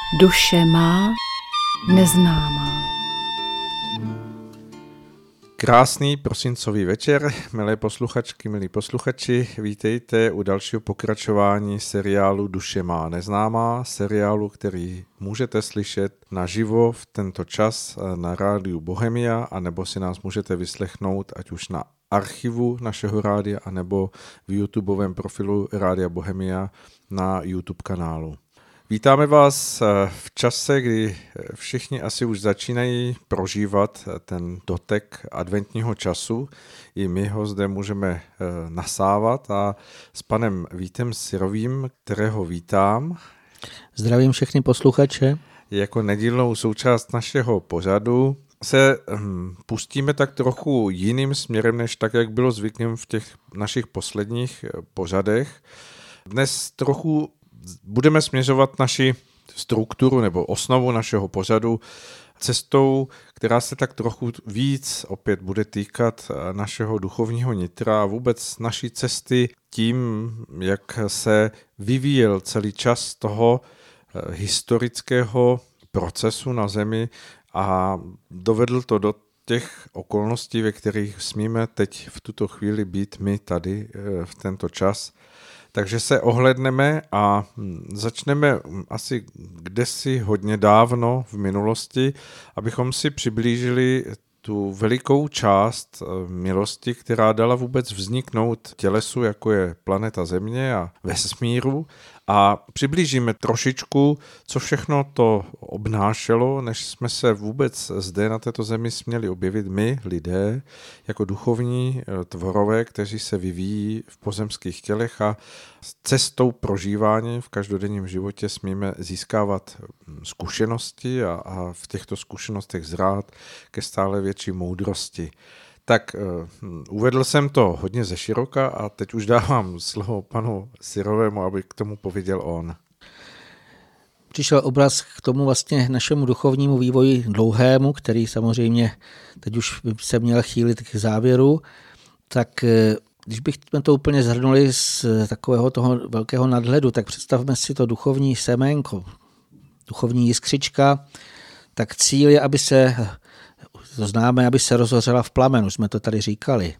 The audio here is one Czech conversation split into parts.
Duše má neznámá. Krásný prosincový večer, milé posluchačky, milí posluchači, vítejte u dalšího pokračování seriálu Duše má neznámá, seriálu, který můžete slyšet naživo v tento čas na rádiu Bohemia, anebo si nás můžete vyslechnout ať už na archivu našeho rádia, anebo v YouTubeovém profilu Rádia Bohemia na YouTube kanálu. Vítáme vás v čase, kdy všichni asi už začínají prožívat ten dotek adventního času. I my ho zde můžeme nasávat a s panem Vítem Syrovým, kterého vítám. Zdravím všechny posluchače. Jako nedílnou součást našeho pořadu se pustíme tak trochu jiným směrem, než tak, jak bylo zvykem v těch našich posledních pořadech. Dnes trochu budeme směřovat naši strukturu nebo osnovu našeho pořadu cestou, která se tak trochu víc opět bude týkat našeho duchovního nitra a vůbec naší cesty tím, jak se vyvíjel celý čas toho historického procesu na zemi a dovedl to do těch okolností, ve kterých smíme teď v tuto chvíli být my tady v tento čas. Takže se ohlédneme a začneme asi kdesi hodně dávno v minulosti, abychom si přiblížili tu velikou část milosti, která dala vůbec vzniknout tělesu, jako je planeta Země a vesmíru, a přiblížíme trošičku, co všechno to obnášelo, než jsme se vůbec zde na této zemi směli objevit my, lidé, jako duchovní tvorové, kteří se vyvíjí v pozemských tělech a cestou prožívání v každodenním životě smíme získávat zkušenosti a v těchto zkušenostech zrát ke stále větší moudrosti. Tak uvedl jsem to hodně ze široka a teď už dávám slovo panu Syrovému, aby k tomu pověděl on. Přišel obraz k tomu vlastně našemu duchovnímu vývoji dlouhému, který samozřejmě teď už se měl chýlit k závěru, tak když bychom to úplně zhrnuli z takového toho velkého nadhledu, tak představme si to duchovní seménko, duchovní jiskřička, tak cíl je, aby se rozhořela v plamenu, jsme to tady říkali.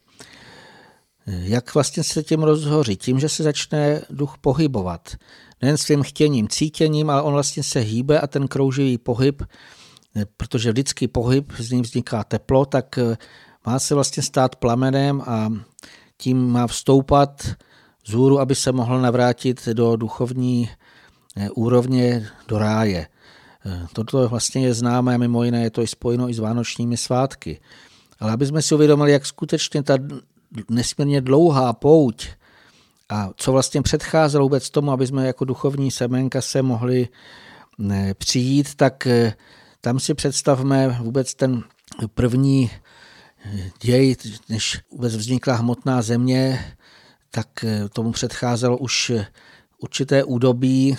Jak vlastně se tím rozhoří? Tím, že se začne duch pohybovat. Nejen svým chtěním, cítěním, ale on vlastně se hýbe a ten krouživý pohyb, protože vždycky pohyb, z něj vzniká teplo, tak má se vlastně stát plamenem a tím má vstoupat vzhůru, aby se mohl navrátit do duchovní úrovně, do ráje. Toto vlastně je známé a mimo jiné je to i spojeno i s vánočními svátky. Ale aby jsme si uvědomili, jak skutečně ta nesmírně dlouhá pouť a co vlastně předcházelo vůbec tomu, aby jsme jako duchovní semenka se mohli přijít, tak tam si představme vůbec ten první děj, než vůbec vznikla hmotná země, tak tomu předcházelo už určité údobí.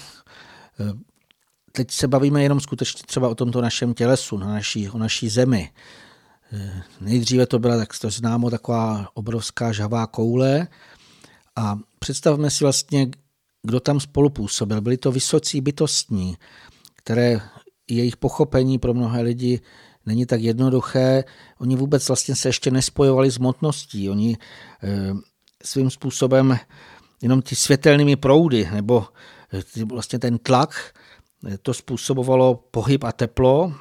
Teď se bavíme jenom skutečně třeba o tomto našem tělesu, o naší zemi. Nejdříve to byla, tak to známo, taková obrovská žhavá koule a představme si vlastně, kdo tam spolupůsobil. Byli to vysocí bytostní, které jejich pochopení pro mnohé lidi není tak jednoduché. Oni vůbec vlastně se ještě nespojovali s hmotností. Oni svým způsobem jenom ty světelnými proudy nebo vlastně ten tlak, to způsobovalo pohyb a teplo.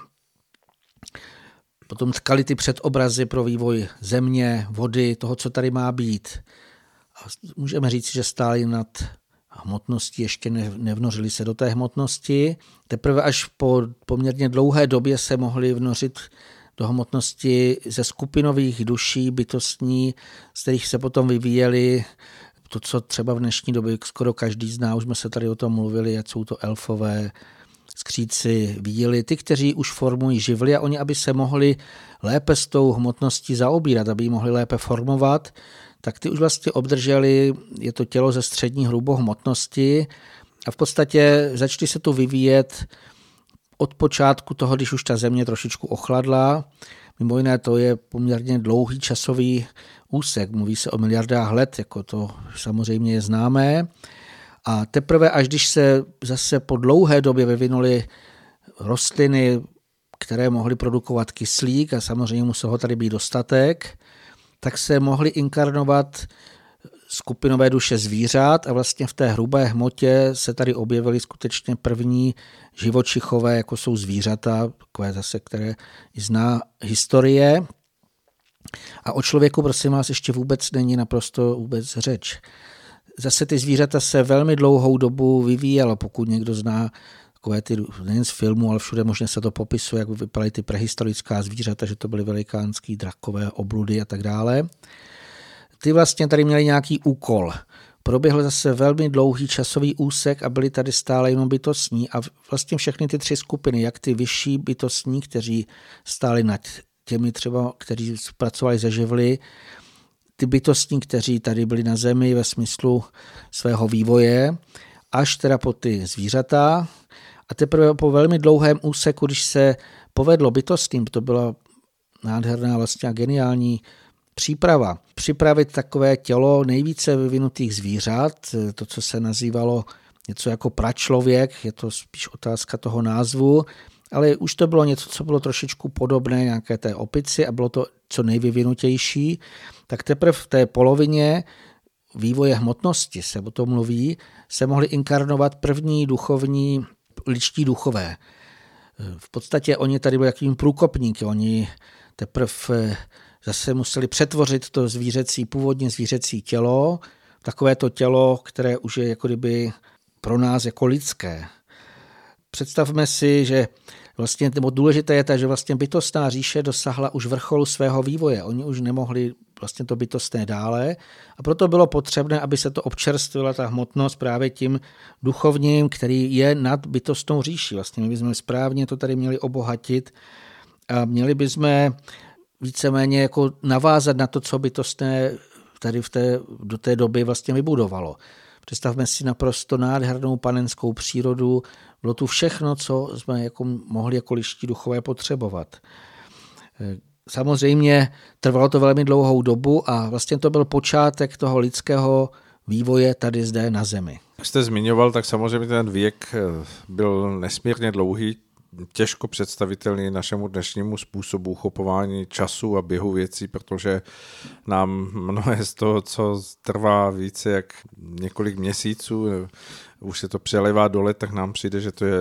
Potom tkali ty předobrazy pro vývoj země, vody, toho, co tady má být. A můžeme říct, že stáli nad hmotností, ještě nevnořili se do té hmotnosti. Teprve až po poměrně dlouhé době se mohli vnořit do hmotnosti ze skupinových duší bytostní, z kterých se potom vyvíjeli to, co třeba v dnešní době skoro každý zná, už jsme se tady o tom mluvili, ať jsou to elfové, skříci, víly, ty, kteří už formují živly a oni, aby se mohli lépe s tou hmotností zaobírat, aby ji mohli lépe formovat, tak ty už vlastně obdrželi, je to tělo ze střední hrubohmotnosti a v podstatě začali se to vyvíjet od počátku toho, když už ta země trošičku ochladla. Mimo jiné to je poměrně dlouhý časový úsek, mluví se o miliardách let, jako to samozřejmě je známé. A teprve až když se zase po dlouhé době vyvinuli rostliny, které mohly produkovat kyslík a samozřejmě muselo tady být dostatek, tak se mohly inkarnovat skupinové duše zvířat a vlastně v té hrubé hmotě se tady objevily skutečně první živočichové, jako jsou zvířata, takové zase, které zná historie. A o člověku, prosím vás, ještě vůbec není naprosto vůbec řeč. Zase ty zvířata se velmi dlouhou dobu vyvíjelo, pokud někdo zná takové ty, nejen z filmu, ale všude možně se to popisuje, jak vypadaly ty prehistorická zvířata, že to byly velikánský drakové obludy a tak dále. Ty vlastně tady měli nějaký úkol. Proběhl zase velmi dlouhý časový úsek a byli tady stále jenom bytostní a vlastně všechny ty 3 skupiny, jak ty vyšší bytostní, kteří stáli nad těmi třeba, kteří pracovali ze živly, ty bytostní, kteří tady byli na zemi ve smyslu svého vývoje, až teda po ty zvířata. A teprve po velmi dlouhém úseku, když se povedlo bytostným, to byla nádherná vlastně a geniální příprava, připravit takové tělo nejvíce vyvinutých zvířat, to, co se nazývalo něco jako pračlověk, je to spíš otázka toho názvu, ale už to bylo něco, co bylo trošičku podobné nějaké té opici a bylo to co nejvyvinutější, tak teprve v té polovině vývoje hmotnosti, se o tom mluví, se mohli inkarnovat první duchovní ličtí duchové. V podstatě oni tady byli jakým průkopníky, oni teprve zase museli přetvořit to původně zvířecí tělo, takové to tělo, které už je jako kdyby pro nás jako lidské. Představme si, že vlastně důležité je to, že vlastně bytostná říše dosáhla už vrcholu svého vývoje. Oni už nemohli vlastně to bytostné dále a proto bylo potřebné, aby se to občerstvila ta hmotnost právě tím duchovním, který je nad bytostnou říší. Vlastně my bychom správně to tady měli obohatit a měli bychom víceméně jako navázat na to, co bytostné tady do té doby vlastně vybudovalo. Představme si naprosto nádhernou panenskou přírodu, bylo tu všechno, co jsme jako mohli jako liští duchové potřebovat. Samozřejmě trvalo to velmi dlouhou dobu a vlastně to byl počátek toho lidského vývoje tady zde na zemi. Jak jste zmiňoval, tak samozřejmě ten věk byl nesmírně dlouhý, těžko představitelný našemu dnešnímu způsobu uchopování času a běhu věcí, protože nám mnohé z toho, co trvá více jak několik měsíců, už se to přelevá do let, tak nám přijde, že to je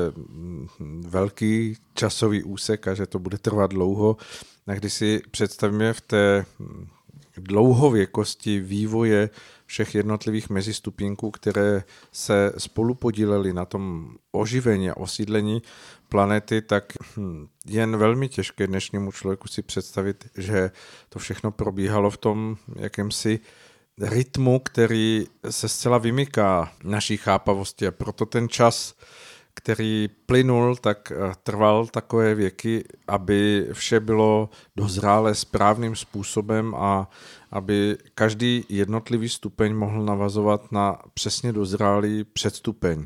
velký časový úsek a že to bude trvat dlouho. A když si představíme v té dlouhověkosti vývoje všech jednotlivých mezistupínků, které se spolu podílely na tom oživení a osídlení planety, tak jen velmi těžké dnešnímu člověku si představit, že to všechno probíhalo v tom jakémsi rytmu, který se zcela vymyká naší chápavosti a proto ten čas, který plynul, tak trval takové věky, aby vše bylo dozrálé správným způsobem a aby každý jednotlivý stupeň mohl navazovat na přesně dozrálý předstupeň.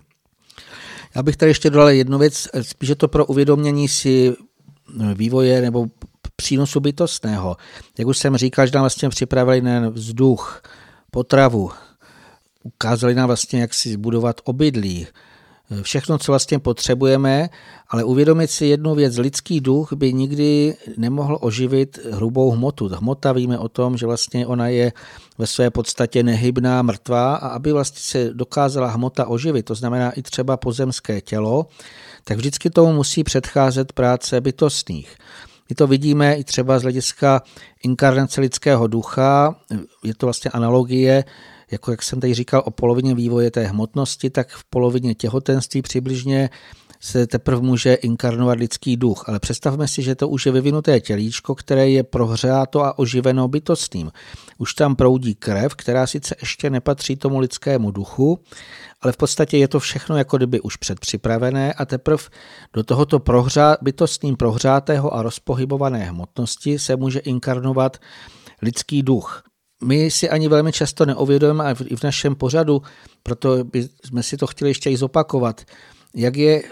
Já bych tady ještě dodal jednu věc, spíše to pro uvědomění si vývoje nebo přínosu bytostného. Jak už jsem říkal, že nám vlastně připravili nejen vzduch, potravu, ukázali nám vlastně, jak si zbudovat obydlí, všechno, co vlastně potřebujeme, ale uvědomit si jednu věc, lidský duch by nikdy nemohl oživit hrubou hmotu. Hmota, víme o tom, že vlastně ona je ve své podstatě nehybná, mrtvá a aby vlastně se dokázala hmota oživit, to znamená i třeba pozemské tělo, tak vždycky tomu musí předcházet práce bytostných. My to vidíme i třeba z hlediska inkarnace lidského ducha, je to vlastně analogie, jako jak jsem tady říkal o polovině vývoje té hmotnosti, tak v polovině těhotenství přibližně se teprve může inkarnovat lidský duch. Ale představme si, že to už je vyvinuté tělíčko, které je prohřáto a oživeno bytostným. Už tam proudí krev, která sice ještě nepatří tomu lidskému duchu, ale v podstatě je to všechno jako kdyby už předpřipravené a teprve do tohoto bytostným prohřátého a rozpohybované hmotnosti se může inkarnovat lidský duch. My si ani velmi často neuvědomujeme, a i v našem pořadu, proto jsme si to chtěli ještě i zopakovat, jak je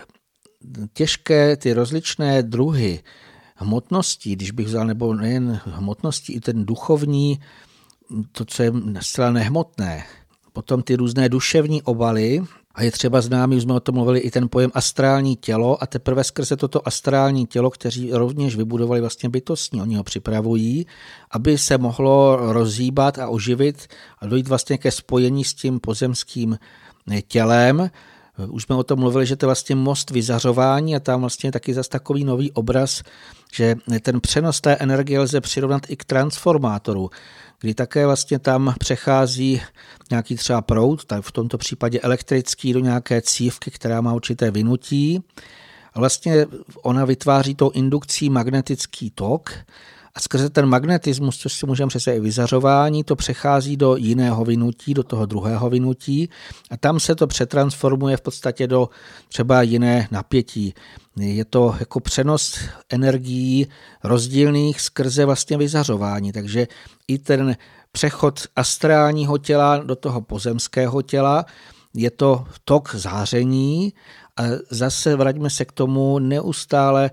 těžké ty rozličné druhy hmotností, když bych vzal, nebo nejen hmotností, i ten duchovní, to, co je zcela nehmotné, potom ty různé duševní obaly, a je třeba známý, už jsme o tom mluvili, i ten pojem astrální tělo, a teprve skrze toto astrální tělo, kteří rovněž vybudovali vlastně bytostní, oni ho připravují, aby se mohlo rozhýbat a oživit a dojít vlastně ke spojení s tím pozemským tělem. Už jsme o tom mluvili, že to je vlastně most vyzařování a tam vlastně taky zase takový nový obraz, že ten přenos té energie lze přirovnat i k transformátoru, kdy také vlastně tam přechází nějaký třeba proud, tak v tomto případě elektrický, do nějaké cívky, která má určité vynutí. A vlastně ona vytváří tou indukcí magnetický tok a skrze ten magnetismus, což si můžeme představit i vyzařování, to přechází do jiného vynutí, do toho druhého vynutí a tam se to přetransformuje v podstatě do třeba jiné napětí. Je to jako přenos energií rozdílných skrze vlastně vyzařování, takže i ten přechod astrálního těla do toho pozemského těla je to tok záření a zase vraťme se k tomu neustále,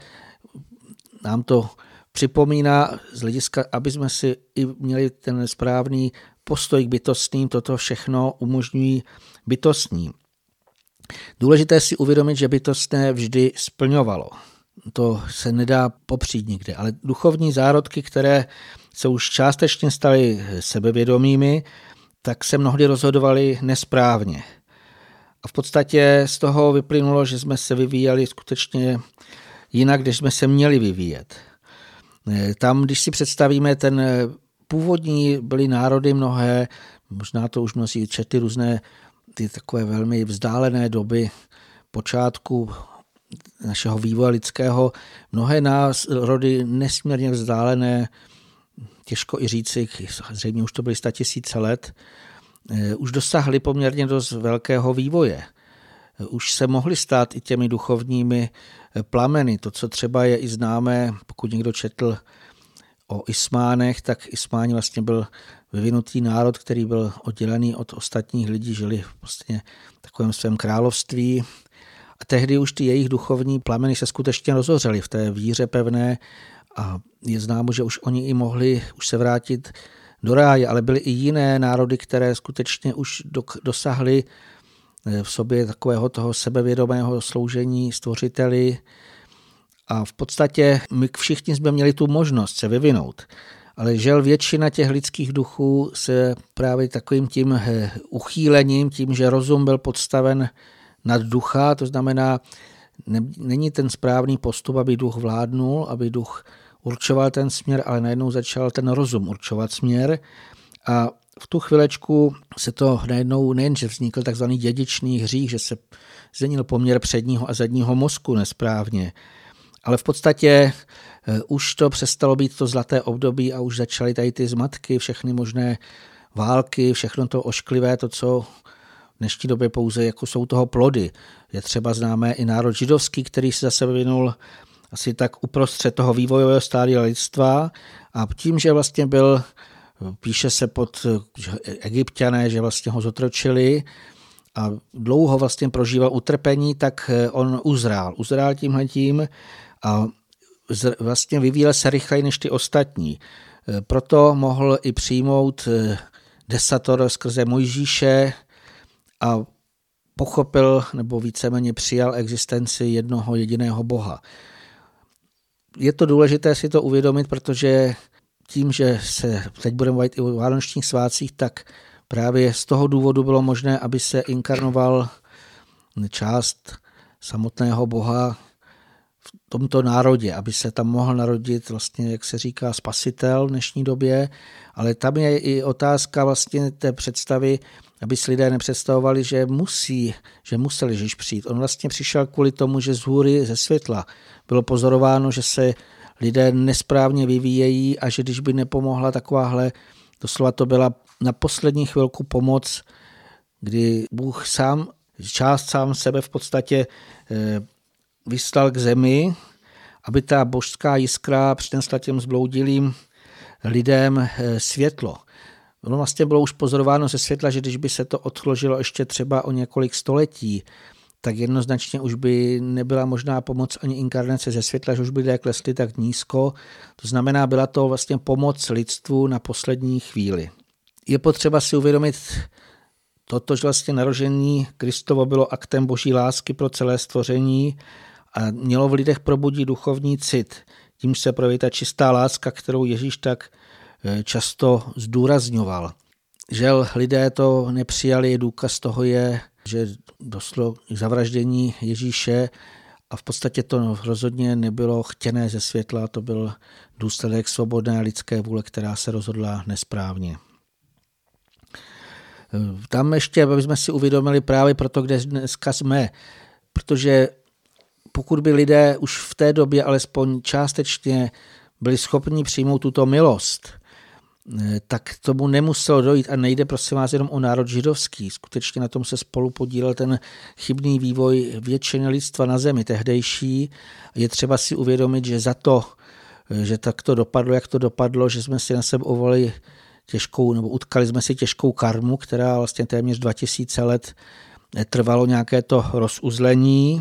nám to připomíná z hlediska, aby jsme si i měli ten správný postoj k bytostným, toto všechno umožňují bytostní. Důležité si uvědomit, že bytostné vždy splňovalo. To se nedá popřít nikde, ale duchovní zárodky, které se už částečně staly sebevědomými, tak se mnohdy rozhodovali nesprávně. A v podstatě z toho vyplynulo, že jsme se vyvíjeli skutečně jinak, než jsme se měli vyvíjet. Tam, když si představíme ten původní, byly národy mnohé, možná to už mnozí četli různé ty takové velmi vzdálené doby počátku našeho vývoje lidského, mnohé národy nesmírně vzdálené, těžko i říci, zřejmě už to byly 100 000 let, už dosahly poměrně dost velkého vývoje. Už se mohly stát i těmi duchovními plameny. To, co třeba je i známé, pokud někdo četl o Ismánech, tak Ismáni vlastně byl vyvinutý národ, který byl oddělený od ostatních lidí, žili vlastně v takovém svém království. A tehdy už ty jejich duchovní plameny se skutečně rozhořely v té víře pevné a je známo, že už oni i mohli už se vrátit do ráje, ale byly i jiné národy, které skutečně už dosahly v sobě takového toho sebevědomého sloužení stvořiteli a v podstatě my všichni jsme měli tu možnost se vyvinout. Ale žel většina těch lidských duchů se právě takovým tím uchýlením, tím, že rozum byl podstaven nad ducha, to znamená, není ten správný postup, aby duch vládnul, aby duch určoval ten směr, ale najednou začal ten rozum určovat směr a v tu chvilečku se to najednou nejenže vznikl takzvaný dědičný hřích, že se změnil poměr předního a zadního mozku nesprávně, ale v podstatě už to přestalo být to zlaté období a už začaly tady ty zmatky, všechny možné války, všechno to ošklivé, to, co v dnešní době pouze jako jsou toho plody. Je třeba známé i národ židovský, který se zase vyvinul asi tak uprostřed toho vývojového stádia lidstva a tím, že vlastně byl, píše se pod Egypťané, že vlastně ho zotročili a dlouho vlastně prožíval utrpení, tak on uzrál tímhletím a vlastně vyvíjel se rychleji než ty ostatní. Proto mohl i přijmout desator skrze Mojžíše a pochopil nebo víceméně přijal existenci jednoho jediného Boha. Je to důležité si to uvědomit, protože tím, že se teď budeme mluvit i o vánočních svátcích, tak právě z toho důvodu bylo možné, aby se inkarnoval část samotného Boha v tomto národě, aby se tam mohl narodit vlastně, jak se říká, spasitel v dnešní době, ale tam je i otázka vlastně té představy, aby si lidé nepředstavovali, že musel Ježíš přijít. On vlastně přišel kvůli tomu, že z hůry, ze světla bylo pozorováno, že se lidé nesprávně vyvíjejí a že když by nepomohla takováhle, doslova to byla na poslední chvilku pomoc, kdy Bůh sám sebe v podstatě vyslal k zemi, aby ta božská jiskra přinesla těm zbloudilým lidem světlo. Ono vlastně bylo už pozorováno ze světla, že když by se to odložilo ještě třeba o několik století, tak jednoznačně už by nebyla možná pomoc ani inkarnace ze světla, že už by lidé klesli tak nízko. To znamená, byla to vlastně pomoc lidstvu na poslední chvíli. Je potřeba si uvědomit Totož vlastně narození Kristovo bylo aktem boží lásky pro celé stvoření a mělo v lidech probudit duchovní cit. Tím se projeví ta čistá láska, kterou Ježíš tak často zdůrazňoval. Žel lidé to nepřijali, důkaz toho je, že došlo k zavraždění Ježíše a v podstatě to rozhodně nebylo chtěné ze světla, to byl důsledek svobodné lidské vůle, která se rozhodla nesprávně. Tam ještě, aby jsme si uvědomili právě proto, kde dneska jsme, protože pokud by lidé už v té době alespoň částečně byli schopni přijmout tuto milost, tak tomu nemuselo dojít a nejde prosím vás jenom o národ židovský. Skutečně na tom se spolu podílel ten chybný vývoj většiny lidstva na zemi tehdejší. Je třeba si uvědomit, že za to, že tak to dopadlo, jak to dopadlo, že jsme si na sebe uvolili nebo utkali jsme si těžkou karmu, která vlastně téměř 2000 let trvalo nějaké to rozuzlení.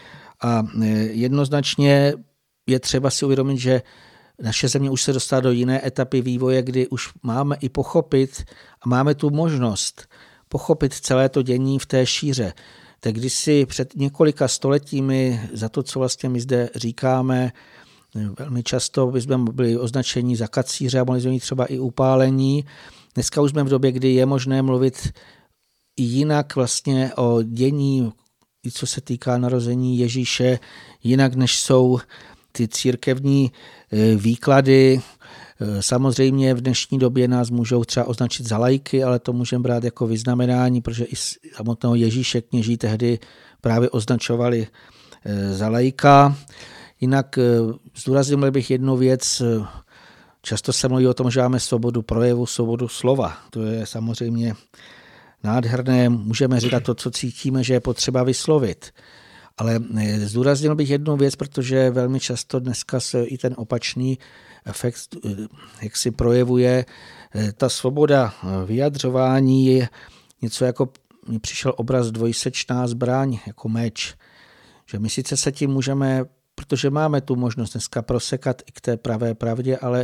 A jednoznačně je třeba si uvědomit, že naše země už se dostala do jiné etapy vývoje, kdy už máme i pochopit a máme tu možnost pochopit celé to dění v té šíře. Tak když si před několika stoletími za to, co vlastně my zde říkáme, velmi často jsme byli označeni za kacíře a mohli jsme mít třeba i upálení. Dneska už jsme v době, kdy je možné mluvit i jinak vlastně o dění, i co se týká narození Ježíše, jinak než jsou ty církevní výklady. Samozřejmě v dnešní době nás můžou třeba označit za laiky, ale to můžeme brát jako vyznamenání, protože i samotného Ježíše kněží tehdy právě označovali za laika. Jinak zdůraznil bych jednu věc. Často se mluví o tom, že máme svobodu projevu, svobodu slova. To je samozřejmě nádherné. Můžeme říkat to, co cítíme, že je potřeba vyslovit. Ale zdůraznil bych jednu věc, protože velmi často dneska se i ten opačný efekt, jak si projevuje, ta svoboda vyjadřování je něco jako, mně přišel obraz dvojsečná zbraň, jako meč. Že my sice se tím můžeme, protože máme tu možnost dneska prosekat i k té pravé pravdě, ale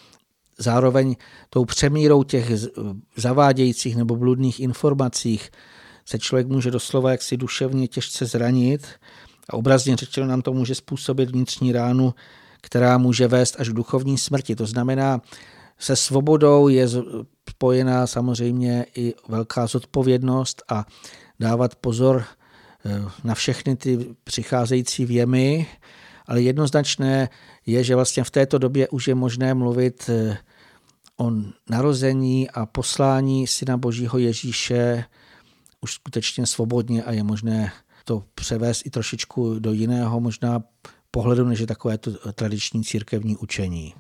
zároveň tou přemírou těch zavádějících nebo bludných informacích se člověk může doslova jaksi duševně těžce zranit a obrazně řečeno nám to může způsobit vnitřní ránu, která může vést až k duchovní smrti. To znamená, se svobodou je spojená samozřejmě i velká zodpovědnost a dávat pozor na všechny ty přicházející vjemy, ale jednoznačné je, že vlastně v této době už je možné mluvit o narození a poslání Syna Božího Ježíše už skutečně svobodně a je možné to převést i trošičku do jiného možná pohledu, než je takové to tradiční církevní učení.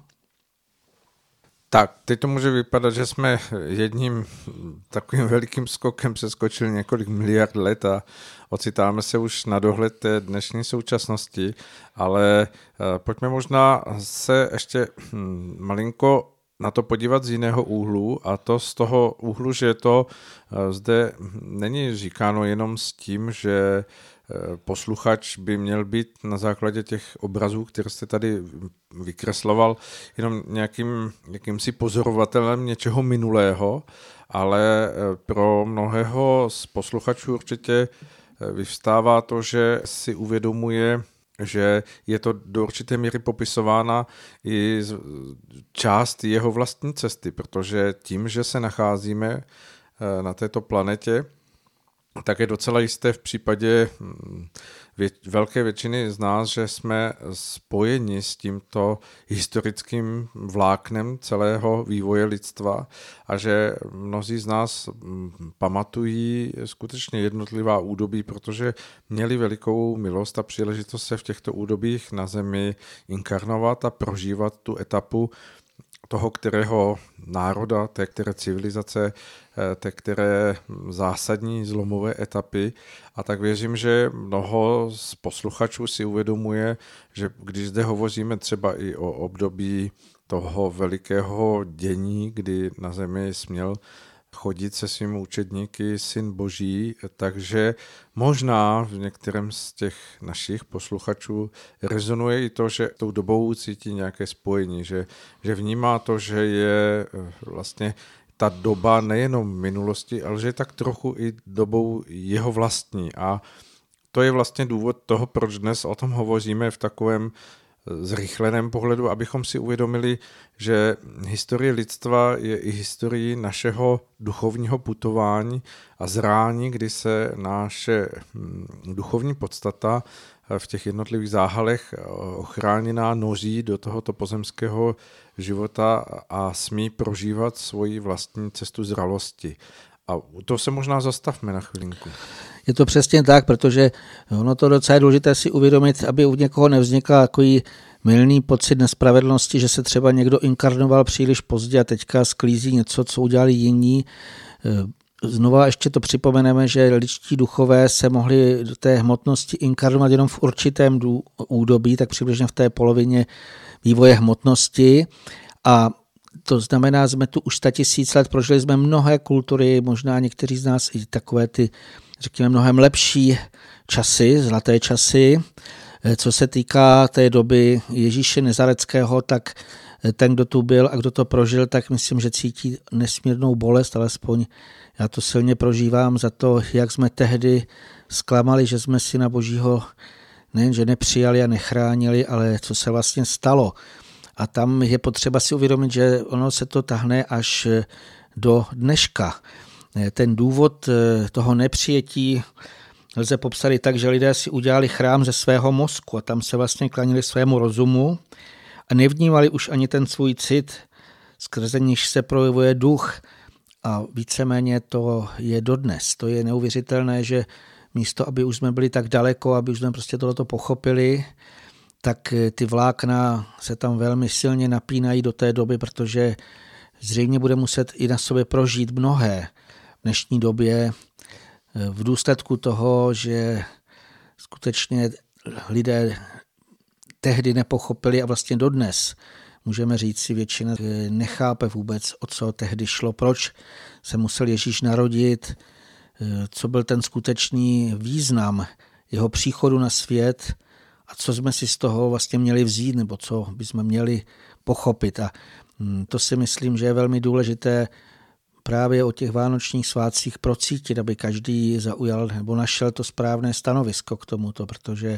Tak, teď to může vypadat, že jsme jedním takovým velikým skokem přeskočili několik miliard let a ocitáme se už na dohled té dnešní současnosti, ale pojďme možná se ještě malinko na to podívat z jiného úhlu, a to z toho úhlu, že to zde není říkáno jenom s tím, že posluchač by měl být na základě těch obrazů, které jste tady vykresloval, jenom jakýmsi pozorovatelem něčeho minulého, ale pro mnohého z posluchačů určitě vyvstává to, že si uvědomuje, že je to do určité míry popisována i část jeho vlastní cesty, protože tím, že se nacházíme na této planetě, tak je docela jisté v případě velké většiny z nás, že jsme spojeni s tímto historickým vláknem celého vývoje lidstva a že mnozí z nás pamatují skutečně jednotlivá údobí, protože měli velikou milost a příležitost se v těchto údobích na zemi inkarnovat a prožívat tu etapu toho, kterého národa, té které civilizace, té které zásadní zlomové etapy. A tak věřím, že mnoho z posluchačů si uvědomuje, že když zde hovoříme třeba i o období toho velikého dění, kdy na zemi směl chodit se svými učedníky Syn Boží, takže možná v některém z těch našich posluchačů rezonuje i to, že tou dobou cítí nějaké spojení, že vnímá to, že je vlastně ta doba nejenom minulosti, ale že je tak trochu i dobou jeho vlastní. A to je vlastně důvod toho, proč dnes o tom hovoříme v takovém zrychleném pohledu, abychom si uvědomili, že historie lidstva je i historií našeho duchovního putování a zrání, kdy se naše duchovní podstata v těch jednotlivých záhalech ochráněná noří do tohoto pozemského života a smí prožívat svoji vlastní cestu zralosti. A to se možná zastavme na chvilinku. Je to přesně tak, protože ono to docela je důležité si uvědomit, aby u někoho nevznikl takový mylný pocit nespravedlnosti, že se třeba někdo inkarnoval příliš pozdě a teďka sklízí něco, co udělali jiní. Znova ještě to připomeneme, že lidští duchové se mohli do té hmotnosti inkarnovat jenom v určitém údobí, tak přibližně v té polovině vývoje hmotnosti. A to znamená, jsme tu už 100 000 let, prožili jsme mnohé kultury, možná někteří z nás i takové ty, řekněme, mnohem lepší časy, zlaté časy. Co se týká té doby Ježíše Nazareckého, tak ten, kdo tu byl a kdo to prožil, tak myslím, že cítí nesmírnou bolest, alespoň já to silně prožívám za to, jak jsme tehdy zklamali, že jsme Syna Božího nejenže nepřijali a nechránili, ale co se vlastně stalo. A tam je potřeba si uvědomit, že ono se to tahne až do dneška. Ten důvod toho nepřijetí lze popsat i tak, že lidé si udělali chrám ze svého mozku a tam se vlastně klanili svému rozumu a nevnímali už ani ten svůj cit, skrze níž se projevuje duch. A víceméně to je dodnes. To je neuvěřitelné, že místo, aby už jsme byli tak daleko, aby už jsme prostě tohleto pochopili, tak ty vlákna se tam velmi silně napínají do té doby, protože zřejmě bude muset i na sobě prožít mnohé v dnešní době v důsledku toho, že skutečně lidé tehdy nepochopili a vlastně dodnes můžeme říct si, většina nechápe vůbec, o co tehdy šlo, proč se musel Ježíš narodit, co byl ten skutečný význam jeho příchodu na svět a co jsme si z toho vlastně měli vzít, nebo co bychom měli pochopit. A to si myslím, že je velmi důležité právě o těch vánočních svátcích procítit, aby každý zaujal nebo našel to správné stanovisko k tomuto, protože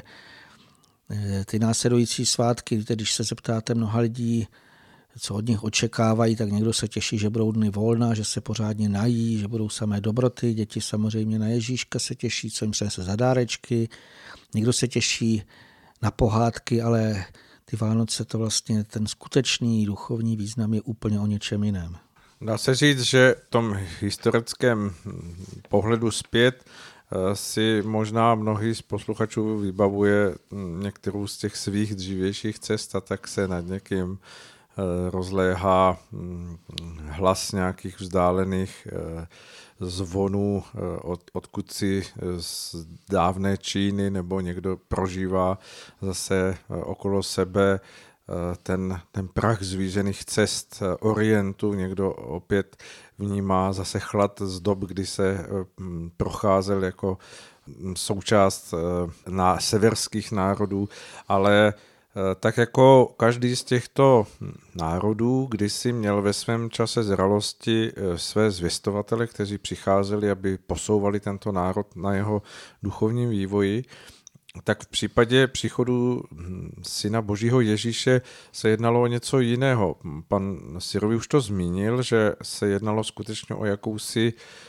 ty následující svátky, když se zeptáte mnoha lidí, co od nich očekávají, tak někdo se těší, že budou dny volna, že se pořádně nají, že budou samé dobroty. Děti samozřejmě na Ježíška se těší, co jim přinese za dárečky. Někdo se těší na pohádky, ale ty Vánoce, to vlastně ten skutečný duchovní význam je úplně o něčem jiném. Dá se říct, že v tom historickém pohledu zpět si možná mnohý z posluchačů vybavuje některou z těch svých dřívějších cest a tak se nad někým rozléhá hlas nějakých vzdálených zvonů, odkud si z dávné Číny nebo někdo prožívá zase okolo sebe ten prach zvířených cest Orientu, někdo opět vnímá zase chlad z dob, kdy se procházel jako součást na severských národů, ale tak jako každý z těchto národů kdysi měl ve svém čase zralosti své zvěstovatele, kteří přicházeli, aby posouvali tento národ na jeho duchovním vývoji, tak v případě příchodu Syna Božího Ježíše se jednalo o něco jiného. Pan Sirovi už to zmínil, že se jednalo skutečně o jakousi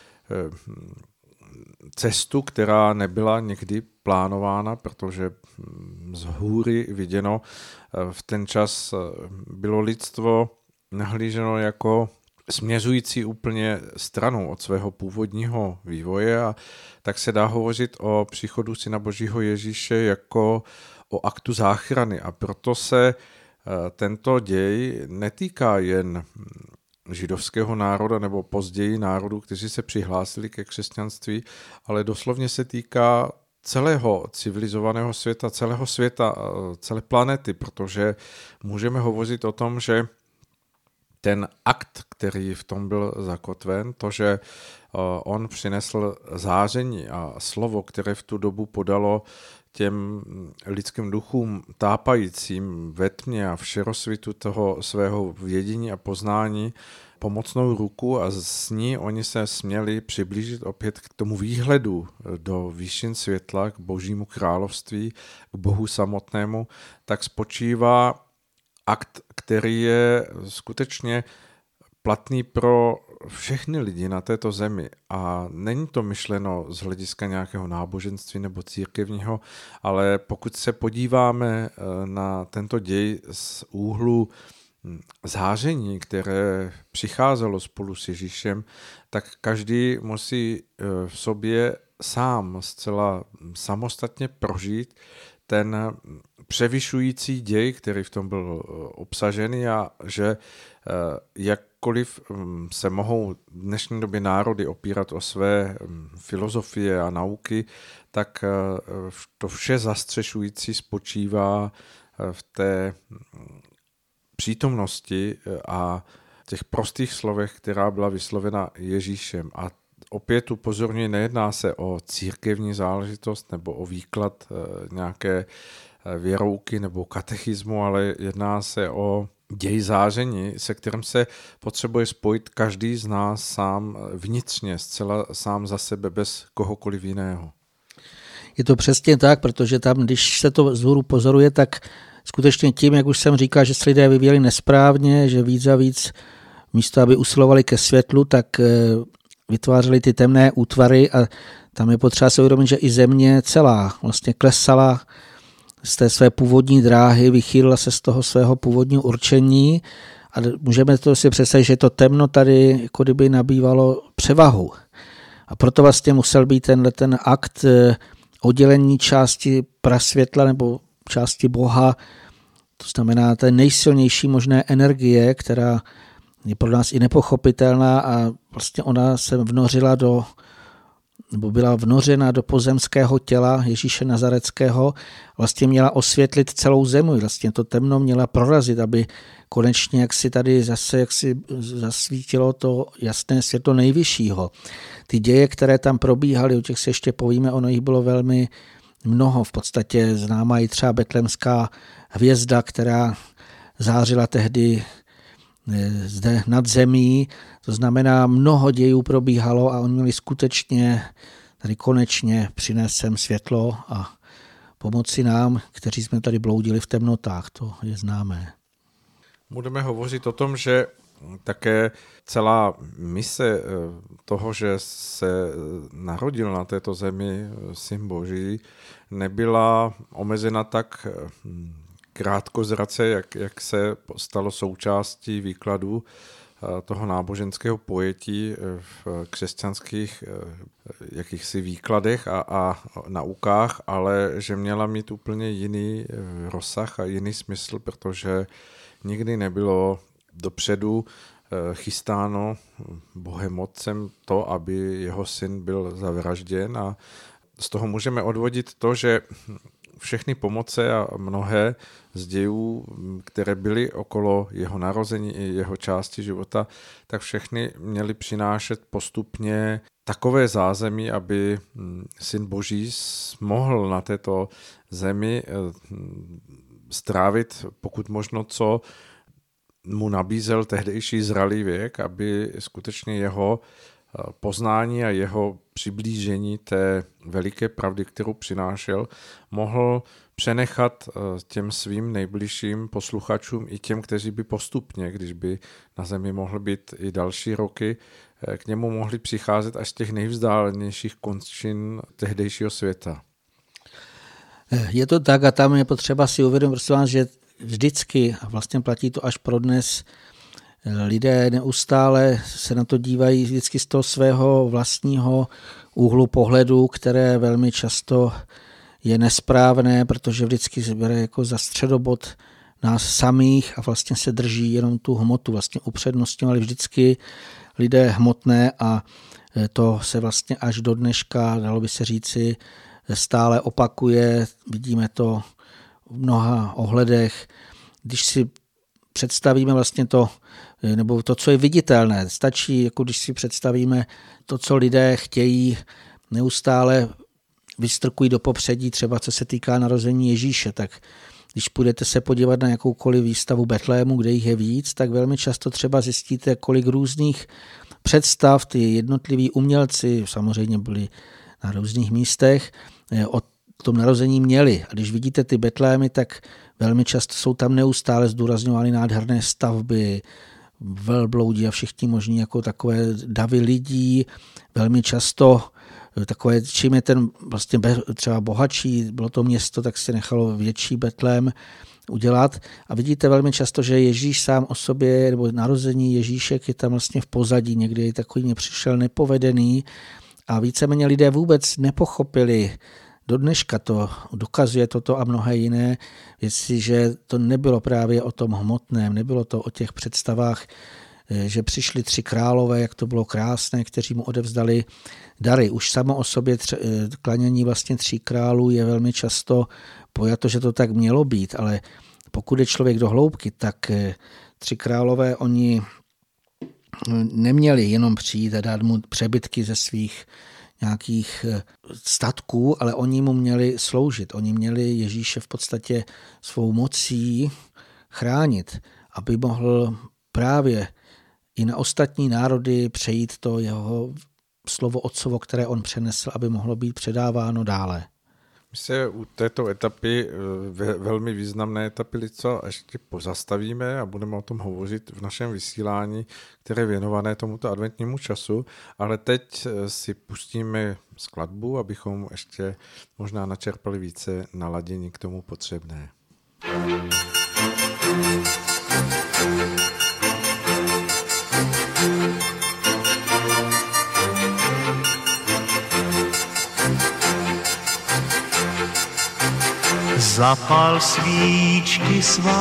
cestu, která nebyla někdy plánována, protože z hůry viděno v ten čas bylo lidstvo nahlíženo jako směřující úplně stranou od svého původního vývoje a tak se dá hovořit o příchodu Syna Božího Ježíše jako o aktu záchrany a proto se tento děj netýká jen židovského národa nebo později národů, kteří se přihlásili ke křesťanství, ale doslovně se týká celého civilizovaného světa, celého světa, celé planety, protože můžeme hovořit o tom, že ten akt, který v tom byl zakotven, to, že on přinesl záření a slovo, které v tu dobu podalo těm lidským duchům tápajícím ve tmě a v šerosvitu toho svého vědění a poznání, pomocnou ruku a s ní oni se směli přiblížit opět k tomu výhledu do výšin světla, k Božímu království, k Bohu samotnému, tak spočívá akt, který je skutečně platný pro všechny lidi na této zemi. A není to myšleno z hlediska nějakého náboženství nebo církevního, ale pokud se podíváme na tento děj z úhlu záření, které přicházelo spolu s Ježíšem, tak každý musí v sobě sám zcela samostatně prožít ten převyšující děj, který v tom byl obsažený, a že jakkoliv se mohou v dnešní době národy opírat o své filozofie a nauky, tak to vše zastřešující spočívá v té přítomnosti a těch prostých slovech, která byla vyslovena Ježíšem. A opět upozorňuji, nejedná se o církevní záležitost nebo o výklad nějaké věrouky nebo katechismu, ale jedná se o děj záření, se kterým se potřebuje spojit každý z nás sám vnitřně, zcela sám za sebe, bez kohokoliv jiného. Je to přesně tak, protože tam, když se to vzhůru pozoruje, tak skutečně tím, jak už jsem říkal, že se lidé vyvíjeli nesprávně, že víc a víc místo, aby usilovali ke světlu, tak vytvářeli ty temné útvary a tam je potřeba si uvědomit, že i země celá vlastně klesala z té své původní dráhy, vychýlila se z toho svého původního určení a můžeme to si představit, že to temno tady jako kdyby nabývalo převahu. A proto vlastně musel být ten akt oddělení části prasvětla nebo části Boha, to znamená té nejsilnější možné energie, která je pro nás i nepochopitelná a vlastně ona se byla vnořena do pozemského těla Ježíše Nazareckého, vlastně měla osvětlit celou zemi, vlastně to temno měla prorazit, aby konečně jaksi tady zase jaksi zasvítilo to jasné světlo nejvyššího. Ty děje, které tam probíhaly, o těch se ještě povíme, ono jich bylo velmi mnoho, v podstatě známá i třeba betlémská hvězda, která zářila tehdy zde nad zemí, to znamená mnoho dějů probíhalo a oni měli skutečně tady konečně přinést sem světlo a pomoci nám, kteří jsme tady bloudili v temnotách, to je známé. Budeme hovořit o tom, že také celá mise toho, že se narodil na této zemi Syn Boží, nebyla omezena tak krátkozrace, jak se stalo součástí výkladu toho náboženského pojetí v křesťanských jakýchsi výkladech a naukách, ale že měla mít úplně jiný rozsah a jiný smysl, protože nikdy nebylo dopředu chystáno Bohem Otcem to, aby jeho syn byl zavražděn, a z toho můžeme odvodit to, že všechny pomoce a mnohé z dějů, které byly okolo jeho narození i jeho části života, tak všechny měly přinášet postupně takové zázemí, aby Syn Boží mohl na této zemi strávit pokud možno, co mu nabízel tehdejší zralý věk, aby skutečně jeho poznání a jeho přiblížení té veliké pravdy, kterou přinášel, mohl přenechat těm svým nejbližším posluchačům i těm, kteří by postupně, když by na zemi mohl být i další roky, k němu mohli přicházet až z těch nejvzdálenějších končin tehdejšího světa. Je to tak a tam je potřeba si uvědomit, že vždycky, a vlastně platí to až pro dnes, lidé neustále se na to dívají vždycky z toho svého vlastního úhlu pohledu, které velmi často je nesprávné, protože vždycky se bere jako za středobod nás samých a vlastně se drží jenom tu hmotu. Vlastně upřednostňovali vždycky lidé hmotné a to se vlastně až do dneška, dalo by se říci, stále opakuje. Vidíme to v mnoha ohledech. Když si představíme vlastně to, nebo to, co je viditelné, stačí, jako když si představíme to, co lidé chtějí, neustále vystrkují do popředí, třeba co se týká narození Ježíše, tak když půjdete se podívat na jakoukoliv výstavu Betlému, kde jich je víc, tak velmi často třeba zjistíte, kolik různých představ ty jednotliví umělci, samozřejmě byli na různých místech, o tom narození měli. A když vidíte ty Betlémy, tak velmi často jsou tam neustále zdůrazňovány nádherné stavby, velbloudi a všichni možní jako takové davy lidí. Velmi často takové, čím je ten vlastně třeba bohatší, bylo to město, tak si nechalo větší Betlém udělat. A vidíte velmi často, že Ježíš sám o sobě, nebo narození Ježíšek je tam vlastně v pozadí, někdy takový nepřišel nepovedený a víceméně lidé vůbec nepochopili. Do dneška to dokazuje toto a mnohé jiné věci, že to nebylo právě o tom hmotném, nebylo to o těch představách, že přišli 3 králové, jak to bylo krásné, kteří mu odevzdali dary. Už samo o sobě klanění vlastně 3 králů je velmi často pojato, že to tak mělo být, ale pokud je člověk do hloubky, tak 3 králové oni neměli jenom přijít a dát mu přebytky ze svých nějakých statků, ale oni mu měli sloužit. Oni měli Ježíše v podstatě svou mocí chránit, aby mohl právě i na ostatní národy přejít to jeho slovo otcovo, které on přenesl, aby mohlo být předáváno dále. My se u této etapy, velmi významné etapy lidstva, ještě pozastavíme a budeme o tom hovořit v našem vysílání, které je věnované tomuto adventnímu času, ale teď si pustíme skladbu, abychom ještě možná načerpali více naladění k tomu potřebné. Zapal svíčky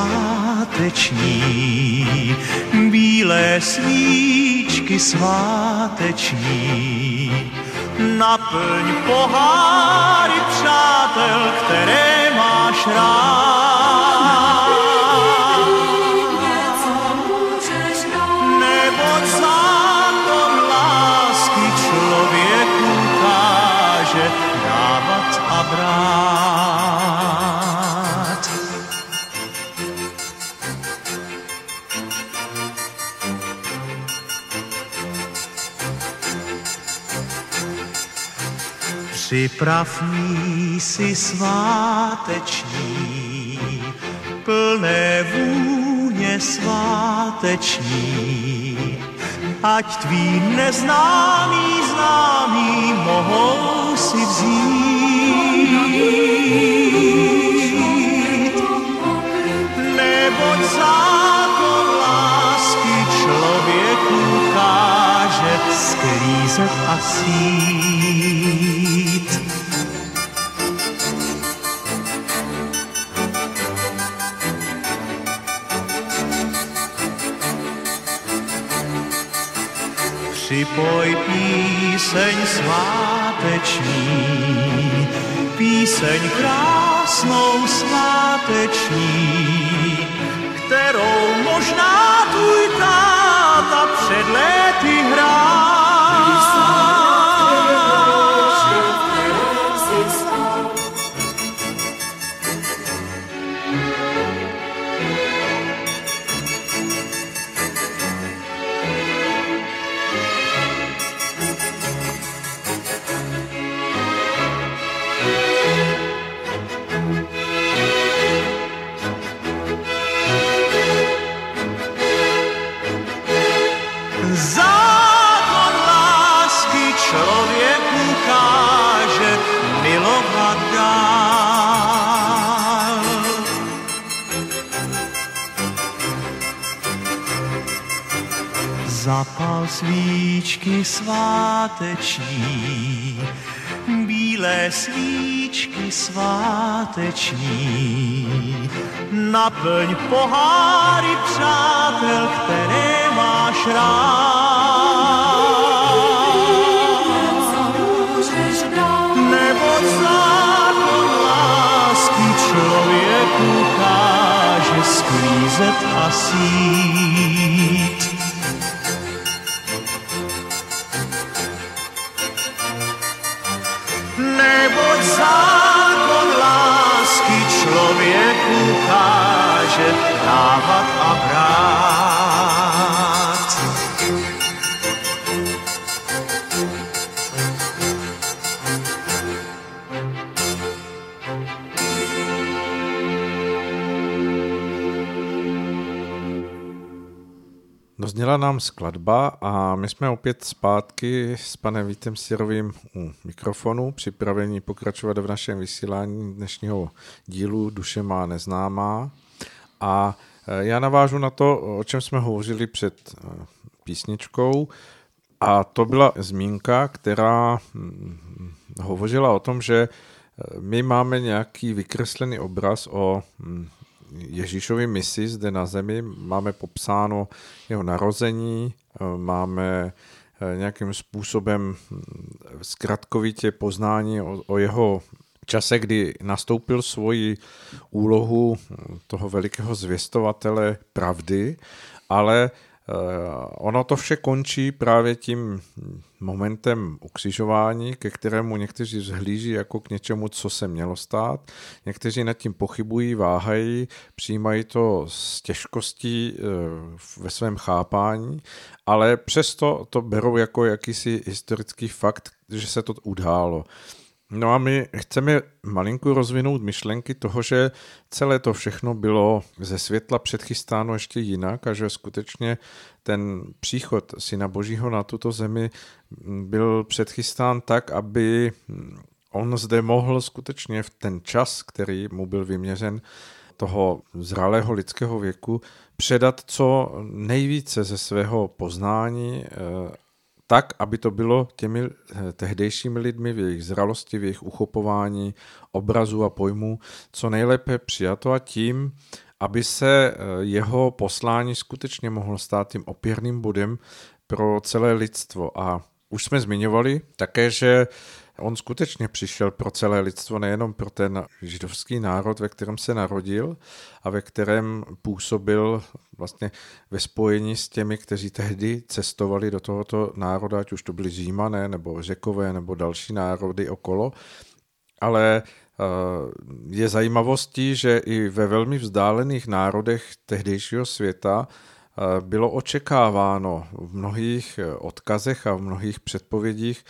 sváteční, bílé svíčky sváteční. Naplň poháry přátel, které máš rád. Neboť zákon lásky člověku káže dávat a brát. Připrav mísy sváteční, plné vůně sváteční, ať tví neznámí známí mohou si vzít. Neboť zákon lásky člověku káže sklízet a sít. Připoj píseň sváteční, píseň krásnou sváteční, kterou možná tvůj táta před léty hrál. Zákon lásky člověku káže milovat dál. Zapal svíčky sváteční, bílé svíčky sváteční. Naplň poháry přátel, které máš rád. Neboť zákon lásky člověku káže sklízet a sít. Neboť zákon lásky člověku dávat a brát. Dozněla nám skladba a my jsme opět zpátky s panem Vítem Syrovým u mikrofonu, připraveni pokračovat v našem vysílání dnešního dílu Duše má neznámá. A já navážu na to, o čem jsme hovořili před písničkou, a to byla zmínka, která hovořila o tom, že my máme nějaký vykreslený obraz o Ježíšovy misi zde na zemi, máme popsáno jeho narození, máme nějakým způsobem zkratkovitě poznání o jeho čase, kdy nastoupil svoji úlohu toho velikého zvěstovatele pravdy, ale ono to vše končí právě tím momentem ukřižování, ke kterému někteří vzhlíží jako k něčemu, co se mělo stát. Někteří nad tím pochybují, váhají, přijímají to s těžkostí ve svém chápání, ale přesto to berou jako jakýsi historický fakt, že se to událo. No a my chceme malinko rozvinout myšlenky toho, že celé to všechno bylo ze světla předchystáno ještě jinak a že skutečně ten příchod Syna Božího na tuto zemi byl předchystán tak, aby on zde mohl skutečně v ten čas, který mu byl vyměřen, toho zralého lidského věku, předat co nejvíce ze svého poznání, tak, aby to bylo těmi tehdejšími lidmi v jejich zralosti, v jejich uchopování obrazu a pojmu co nejlépe přijato a tím, aby se jeho poslání skutečně mohlo stát tím opěrným bodem pro celé lidstvo. A už jsme zmiňovali také, že on skutečně přišel pro celé lidstvo, nejenom pro ten židovský národ, ve kterém se narodil a ve kterém působil vlastně ve spojení s těmi, kteří tehdy cestovali do tohoto národa, ať už to byli Římané, nebo Řekové, nebo další národy okolo, ale je zajímavostí, že i ve velmi vzdálených národech tehdejšího světa bylo očekáváno v mnohých odkazech a v mnohých předpovědích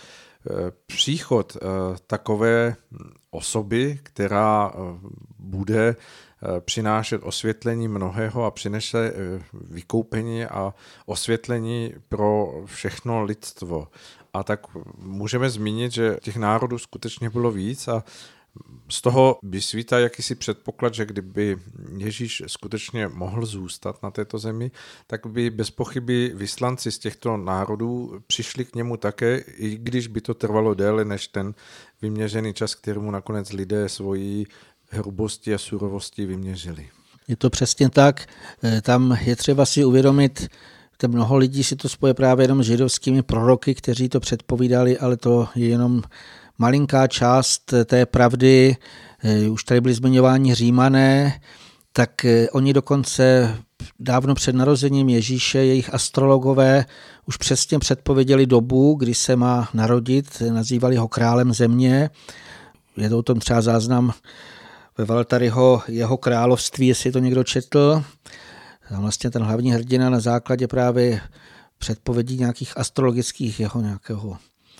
příchod takové osoby, která bude přinášet osvětlení mnohého a přinese vykoupení a osvětlení pro všechno lidstvo. A tak můžeme zmínit, že těch národů skutečně bylo víc a z toho vysvítá jakýsi předpoklad, že kdyby Ježíš skutečně mohl zůstat na této zemi, tak by bez pochyby vyslanci z těchto národů přišli k němu také, i když by to trvalo déle než ten vyměřený čas, kterému nakonec lidé svojí hrubosti a surovosti vyměřili. Je to přesně tak. Tam je třeba si uvědomit, že mnoho lidí si to spoje právě jenom s židovskými proroky, kteří to předpovídali, ale to je jenom malinká část té pravdy. Už tady byli zmiňováni Římané, tak oni dokonce dávno před narozením Ježíše, jejich astrologové už přesně předpověděli dobu, kdy se má narodit, nazývali ho králem země. Je to o tom třeba záznam ve Valtaryho jeho království, jestli to někdo četl. Tam vlastně ten hlavní hrdina na základě právě předpovědí nějakých astrologických jeho nějakého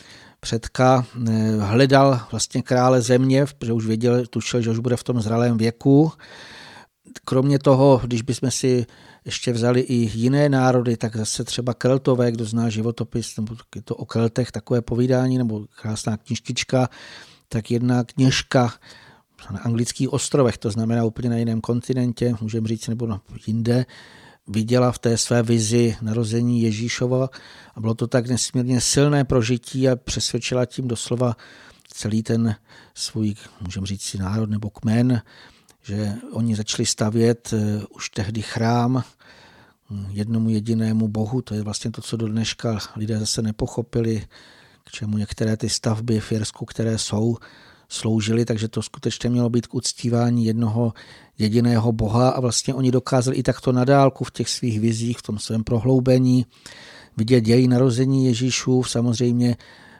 předka hledal vlastně krále země, protože už tušil, že už bude v tom zralém věku. Kromě toho, když bychom si ještě vzali i jiné národy, tak zase třeba Keltové, kdo zná životopis, nebo je to o Keltech takové povídání, nebo krásná knížtička, tak jedna kněžka na anglických ostrovech, to znamená úplně na jiném kontinentě, můžeme říct, nebo jinde, viděla v té své vizi narození Ježíšova a bylo to tak nesmírně silné prožití a přesvědčila tím doslova celý ten svůj, můžeme říct si národ nebo kmen, že oni začali stavět už tehdy chrám jednomu jedinému Bohu. To je vlastně to, co do dneška lidé zase nepochopili, k čemu některé ty stavby v Jirsku, které jsou, sloužili, takže to skutečně mělo být k uctívání jednoho jediného Boha a vlastně oni dokázali i takto na dálku v těch svých vizích, v tom svém prohloubení vidět děj narození Ježíšův. Samozřejmě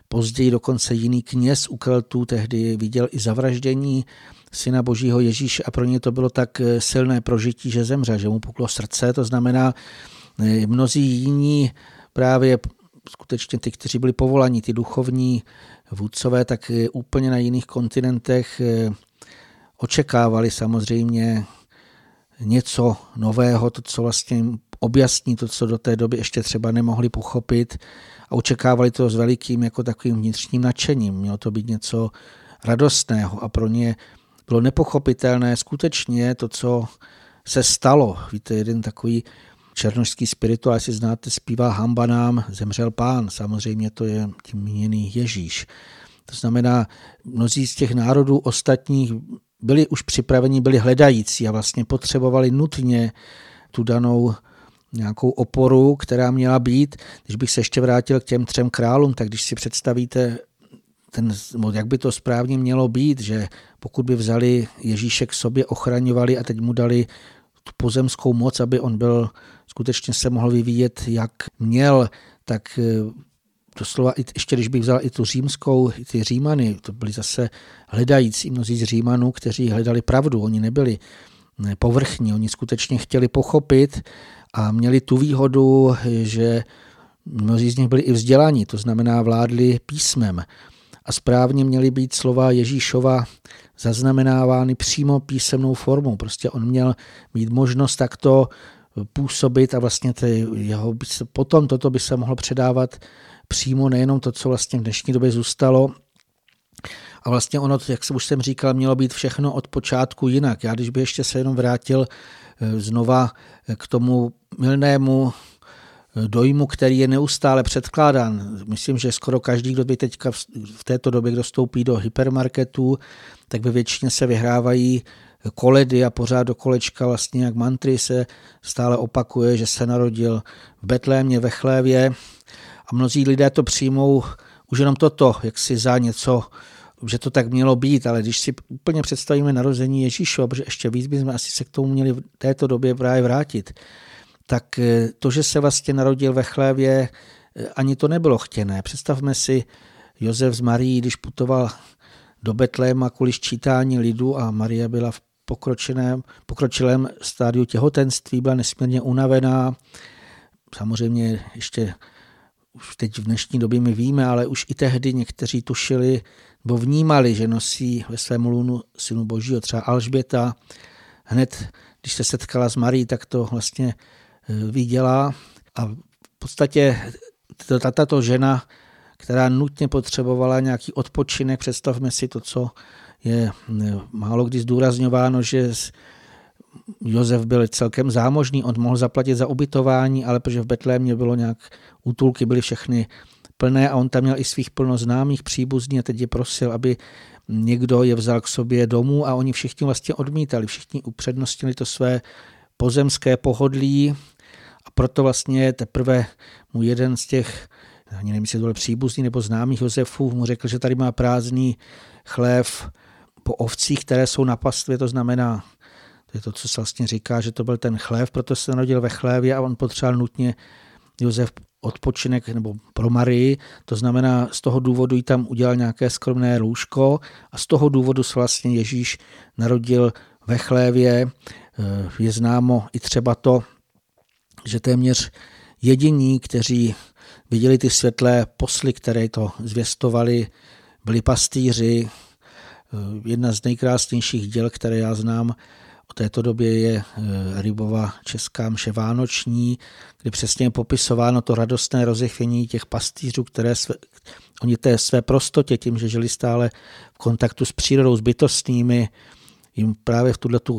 Později dokonce jiný kněz u Keltů tehdy viděl i zavraždění Syna Božího Ježíše a pro ně to bylo tak silné prožití, že zemřel, že mu puklo srdce. To znamená, mnozí jiní právě skutečně ty, kteří byli povolaní, ty duchovní vůdcové, tak úplně na jiných kontinentech očekávali samozřejmě něco nového, to, co vlastně objasní to, co do té doby ještě třeba nemohli pochopit a očekávali to s velikým jako takovým vnitřním nadšením. Mělo to být něco radostného a pro ně bylo nepochopitelné skutečně to, co se stalo. Víte, jeden takový černošský spirituál, jestli znáte, zpívá Hamba nám, zemřel Pán. Samozřejmě to je tím míněný Ježíš. To znamená, mnozí z těch národů ostatních byli už připraveni, byli hledající a vlastně potřebovali nutně tu danou nějakou oporu, která měla být. Když bych se ještě vrátil k těm 3 králům, tak když si představíte, jak by to správně mělo být, že pokud by vzali Ježíše k sobě, ochraňovali a teď mu dali tu pozemskou moc, aby on byl, skutečně se mohl vyvíjet, jak měl, tak doslova, ještě když bych vzal i tu římskou, i ty Římany, to byli zase hledající mnozí z Římanů, kteří hledali pravdu, oni nebyli povrchní, oni skutečně chtěli pochopit a měli tu výhodu, že mnozí z nich byli i vzdělaní, to znamená vládli písmem a správně měly být slova Ježíšova zaznamenávány přímo písemnou formou. Prostě on měl mít možnost takto působit a vlastně potom toto by se mohlo předávat přímo, nejenom to, co vlastně v dnešní době zůstalo. A vlastně ono, jak už jsem říkal, mělo být všechno od počátku jinak. Já když by ještě se jenom vrátil znova k tomu mylnému dojmu, který je neustále předkládán. Myslím, že skoro každý, kdo by teďka v této době, kdo vstoupí do hypermarketů, tak ve většině se vyhrávají koledy a pořád do kolečka vlastně jak mantry se stále opakuje, že se narodil v Betlémě ve chlévě a mnozí lidé to přijmou už jenom toto, jak si za něco, že to tak mělo být, ale když si úplně představíme narození Ježíšova, protože ještě víc bychom asi se k tomu měli v této době právě vrátit, tak to, že se vlastně narodil ve chlévě, ani to nebylo chtěné. Představme si Josef s Marií, když putoval do Betléma kvůli sčítání lidu a Marie byla v pokročilém stádiu těhotenství, byla nesmírně unavená. Samozřejmě ještě už teď v dnešní době my víme, ale už i tehdy někteří tušili nebo vnímali, že nosí ve svém lůnu Synu Božího, třeba Alžběta. Hned, když se setkala s Marií, tak to vlastně viděla a v podstatě tato žena, která nutně potřebovala nějaký odpočinek, představme si to, co je málo kdy zdůrazňováno, že Josef byl celkem zámožný, on mohl zaplatit za ubytování, ale protože v Betlémě bylo nějak, útulky byly všechny plné a on tam měl i svých plno známých příbuzní a teď je prosil, aby někdo je vzal k sobě domů a oni všichni vlastně odmítali, všichni upřednostnili to své pozemské pohodlí a proto vlastně teprve mu jeden z těch, ani nevím, jestli to byl příbuzný nebo známých Josefů, mu řekl, že tady má prázdný chlév po ovcích, které jsou na pastvě, to znamená, to je to, co se vlastně říká, že to byl ten chlév, proto se narodil ve chlévě a on potřeboval nutně Josef odpočinek nebo pro Marii, to znamená z toho důvodu jí tam udělal nějaké skromné lůžko a z toho důvodu se vlastně Ježíš narodil ve chlévě. Je známo i třeba to, že téměř jediní, kteří viděli ty světlé posly, které to zvěstovali, byli pastýři. Jedna z nejkrásnějších děl, které já znám o této době, je Rybova česká mše vánoční, kde přesně je popisováno to radostné rozechvění těch pastýřů, které oni té své prostotě, tím, že žili stále v kontaktu s přírodou, s bytostnými, jim právě v tuhletu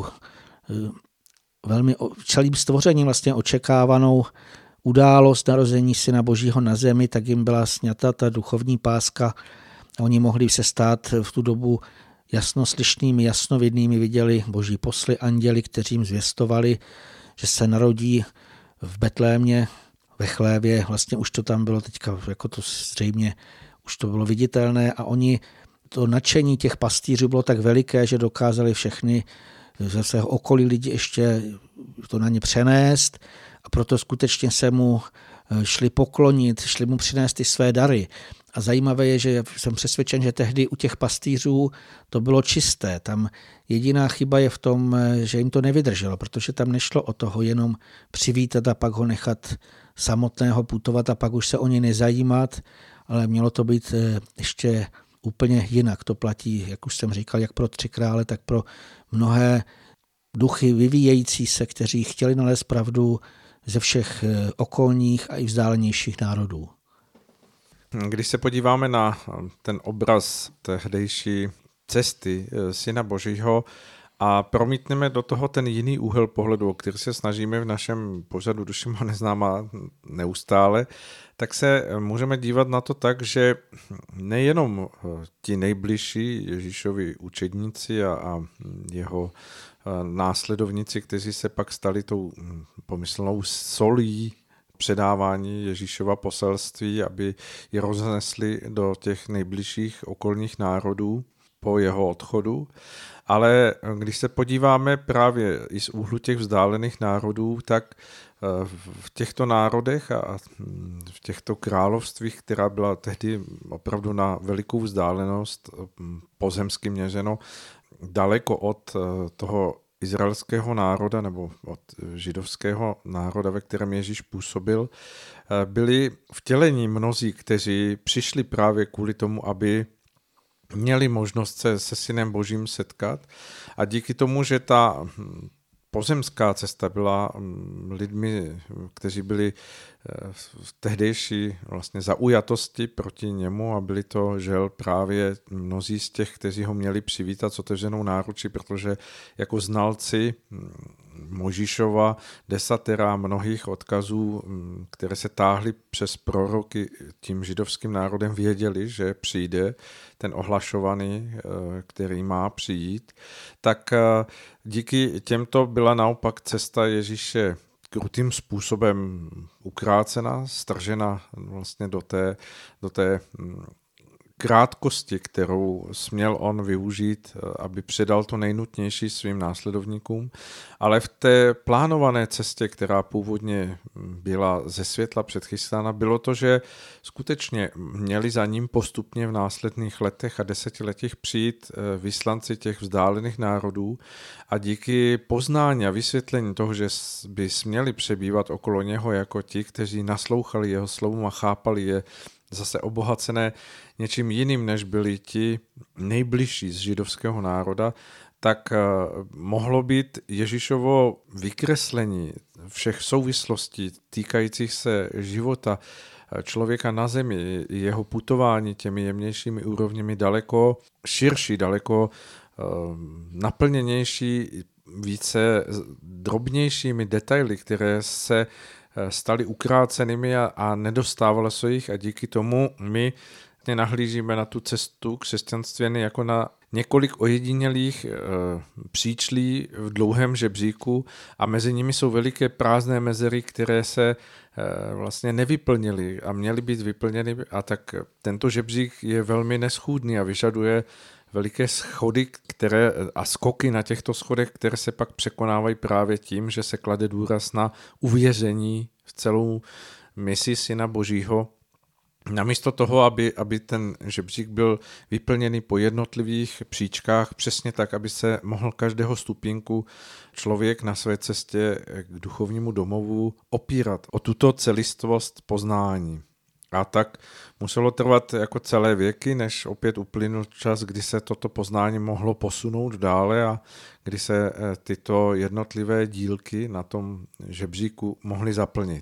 velmi celým stvořením vlastně očekávanou událost narození Syna Božího na zemi, tak jim byla sňata ta duchovní páska a oni mohli se stát v tu dobu jasnoslyšnými, jasnovidnými, viděli Boží posly, anděli, kteří jim zvěstovali, že se narodí v Betlémě ve chlévě. Vlastně už to tam bylo teďka, jako to zřejmě už to bylo viditelné a oni, to nadšení těch pastýřů bylo tak veliké, že dokázali všechny ze svého okolí lidi ještě to na ně přenést a proto skutečně se mu šli poklonit, šli mu přinést ty své dary. A zajímavé je, že jsem přesvědčen, že tehdy u těch pastýřů to bylo čisté. Tam jediná chyba je v tom, že jim to nevydrželo, protože tam nešlo o toho jenom přivítat a pak ho nechat samotného putovat a pak už se o ně nezajímat, ale mělo to být ještě úplně jinak. To platí, jak už jsem říkal, jak pro 3 krále, tak pro mnohé duchy vyvíjející se, kteří chtěli nalézt pravdu ze všech okolních a i vzdálenějších národů. Když se podíváme na ten obraz tehdejší cesty Syna Božího a promítneme do toho ten jiný úhel pohledu, o který se snažíme v našem pořadu Duši má neznámá neustále, tak se můžeme dívat na to tak, že nejenom ti nejbližší Ježíšovi učedníci a jeho následovníci, kteří se pak stali tou pomyslnou solí předávání Ježíšova poselství, aby je roznesli do těch nejbližších okolních národů po jeho odchodu. Ale když se podíváme právě i z úhlu těch vzdálených národů, tak v těchto národech a v těchto královstvích, která byla tehdy opravdu na velikou vzdálenost, pozemsky měřeno, daleko od toho izraelského národa nebo od židovského národa, ve kterém Ježíš působil, byli vtělení mnozí, kteří přišli právě kvůli tomu, aby měli možnost se Synem Božím setkat a díky tomu, že ta pozemská cesta byla lidmi, kteří byli v tehdejší vlastně zaujatosti proti němu a byli to žel právě mnozí z těch, kteří ho měli přivítat s otevřenou náručí, protože jako znalci Mojžíšova desatera mnohých odkazů, které se táhly přes proroky tím židovským národem, věděli, že přijde ten ohlašovaný, který má přijít, tak díky těmto byla naopak cesta Ježíše krutým způsobem ukrácena, stržena vlastně do té krátkosti, kterou směl on využít, aby předal to nejnutnější svým následovníkům, ale v té plánované cestě, která původně byla ze světla předchystána, bylo to, že skutečně měli za ním postupně v následných letech a desetiletích přijít vyslanci těch vzdálených národů a díky poznání a vysvětlení toho, že by směli přebývat okolo něho jako ti, kteří naslouchali jeho slovům a chápali je zase obohacené něčím jiným, než byli ti nejbližší z židovského národa, tak mohlo být Ježíšovo vykreslení všech souvislostí týkajících se života člověka na zemi, jeho putování těmi jemnějšími úrovněmi daleko širší, daleko naplněnější, více drobnějšími detaily, které se staly ukrácenými a nedostávalo se jich a díky tomu my nahlížíme na tu cestu křesťanství jako na několik ojedinělých příčlí v dlouhém žebříku a mezi nimi jsou veliké prázdné mezery, které se vlastně nevyplnily a měly být vyplněny a tak tento žebřík je velmi neschůdný a vyžaduje veliké schody a skoky na těchto schodech, které se pak překonávají právě tím, že se klade důraz na uvěření v celou misi Syna Božího. Namísto toho, aby ten žebřík byl vyplněný po jednotlivých příčkách, přesně tak, aby se mohl každého stupínku člověk na své cestě k duchovnímu domovu opírat o tuto celistvost poznání. A tak muselo trvat jako celé věky, než opět uplynul čas, kdy se toto poznání mohlo posunout dále a kdy se tyto jednotlivé dílky na tom žebříku mohly zaplnit.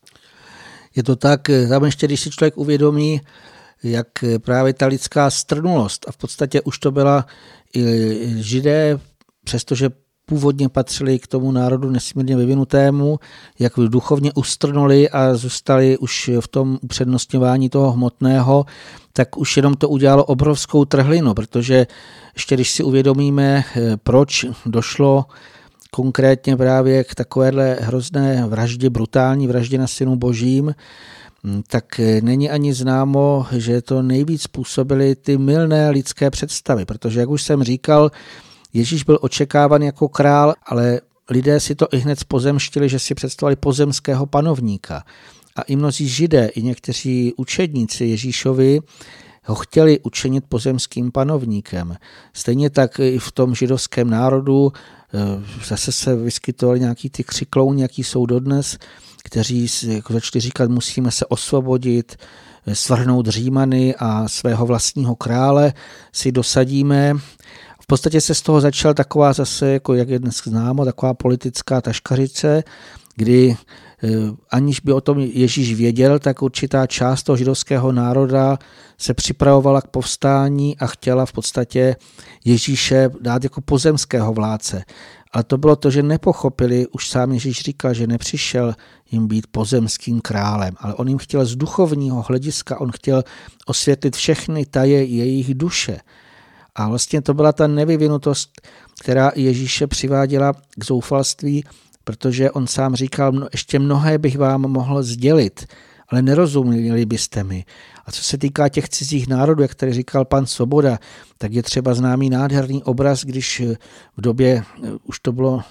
Je to tak, tam ještě, když si člověk uvědomí, jak právě ta lidská strnulost a v podstatě už to byla i Židé, přestože původně patřili k tomu národu nesmírně vyvinutému, jak duchovně ustrnuli a zůstali už v tom upřednostňování toho hmotného, tak už jenom to udělalo obrovskou trhlinu, protože ještě když si uvědomíme, proč došlo konkrétně právě k takovéhle hrozné vraždě, brutální vraždě na Synu Božím, tak není ani známo, že to nejvíc způsobily ty mylné lidské představy, protože jak už jsem říkal, Ježíš byl očekávan jako král, ale lidé si to ihned pozemštili, že si představovali pozemského panovníka. A i mnozí Židé, i někteří učedníci Ježíšovi ho chtěli učinit pozemským panovníkem. Stejně tak i v tom židovském národu zase se vyskytovali nějaký ty křiklouni, jaký jsou dodnes, kteří jako začali říkat, musíme se osvobodit, svrhnout Římany a svého vlastního krále si dosadíme. V podstatě se z toho začala taková zase, jako jak je dnes známo, taková politická taškařice, kdy aniž by o tom Ježíš věděl, tak určitá část toho židovského národa se připravovala k povstání a chtěla v podstatě Ježíše dát jako pozemského vládce. Ale to bylo to, že nepochopili, už sám Ježíš říkal, že nepřišel jim být pozemským králem, ale on jim chtěl z duchovního hlediska, on chtěl osvětlit všechny taje jejich duše. A vlastně to byla ta nevyvinutost, která Ježíše přiváděla k zoufalství, protože on sám říkal, ještě mnohé bych vám mohl sdělit, ale nerozuměli byste mi. A co se týká těch cizích národů, jak tady říkal pan Svoboda, tak je třeba známý nádherný obraz, když v době, už to bylo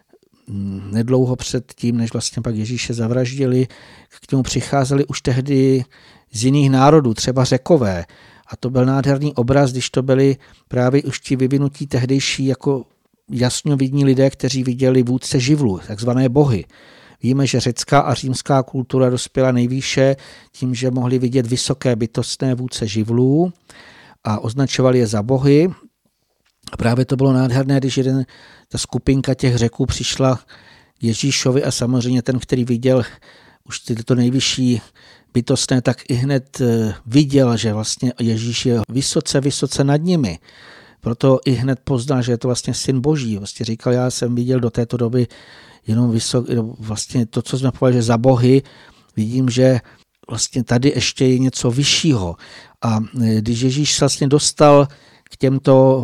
nedlouho před tím, než vlastně pak Ježíše zavraždili, k němu přicházeli už tehdy z jiných národů, třeba Řekové. A to byl nádherný obraz, když to byli právě už ti vyvinutí tehdejší jako jasnovidní lidé, kteří viděli vůdce živlů, takzvané bohy. Víme, že řecká a římská kultura dospěla nejvýše tím, že mohli vidět vysoké bytostné vůdce živlů a označovali je za bohy. A právě to bylo nádherné, když ta skupinka těch Řeků přišla k Ježíšovi a samozřejmě ten, který viděl už tyto nejvyšší bytostné, tak i hned viděl, že vlastně Ježíš je vysoce nad nimi. Proto i hned poznal, že je to vlastně syn Boží. Vlastně říkal, já jsem viděl do této doby jenom vlastně to, co jsme pověděli, že za bohy, vidím, že vlastně tady ještě je něco vyššího. A když Ježíš vlastně dostal k těmto,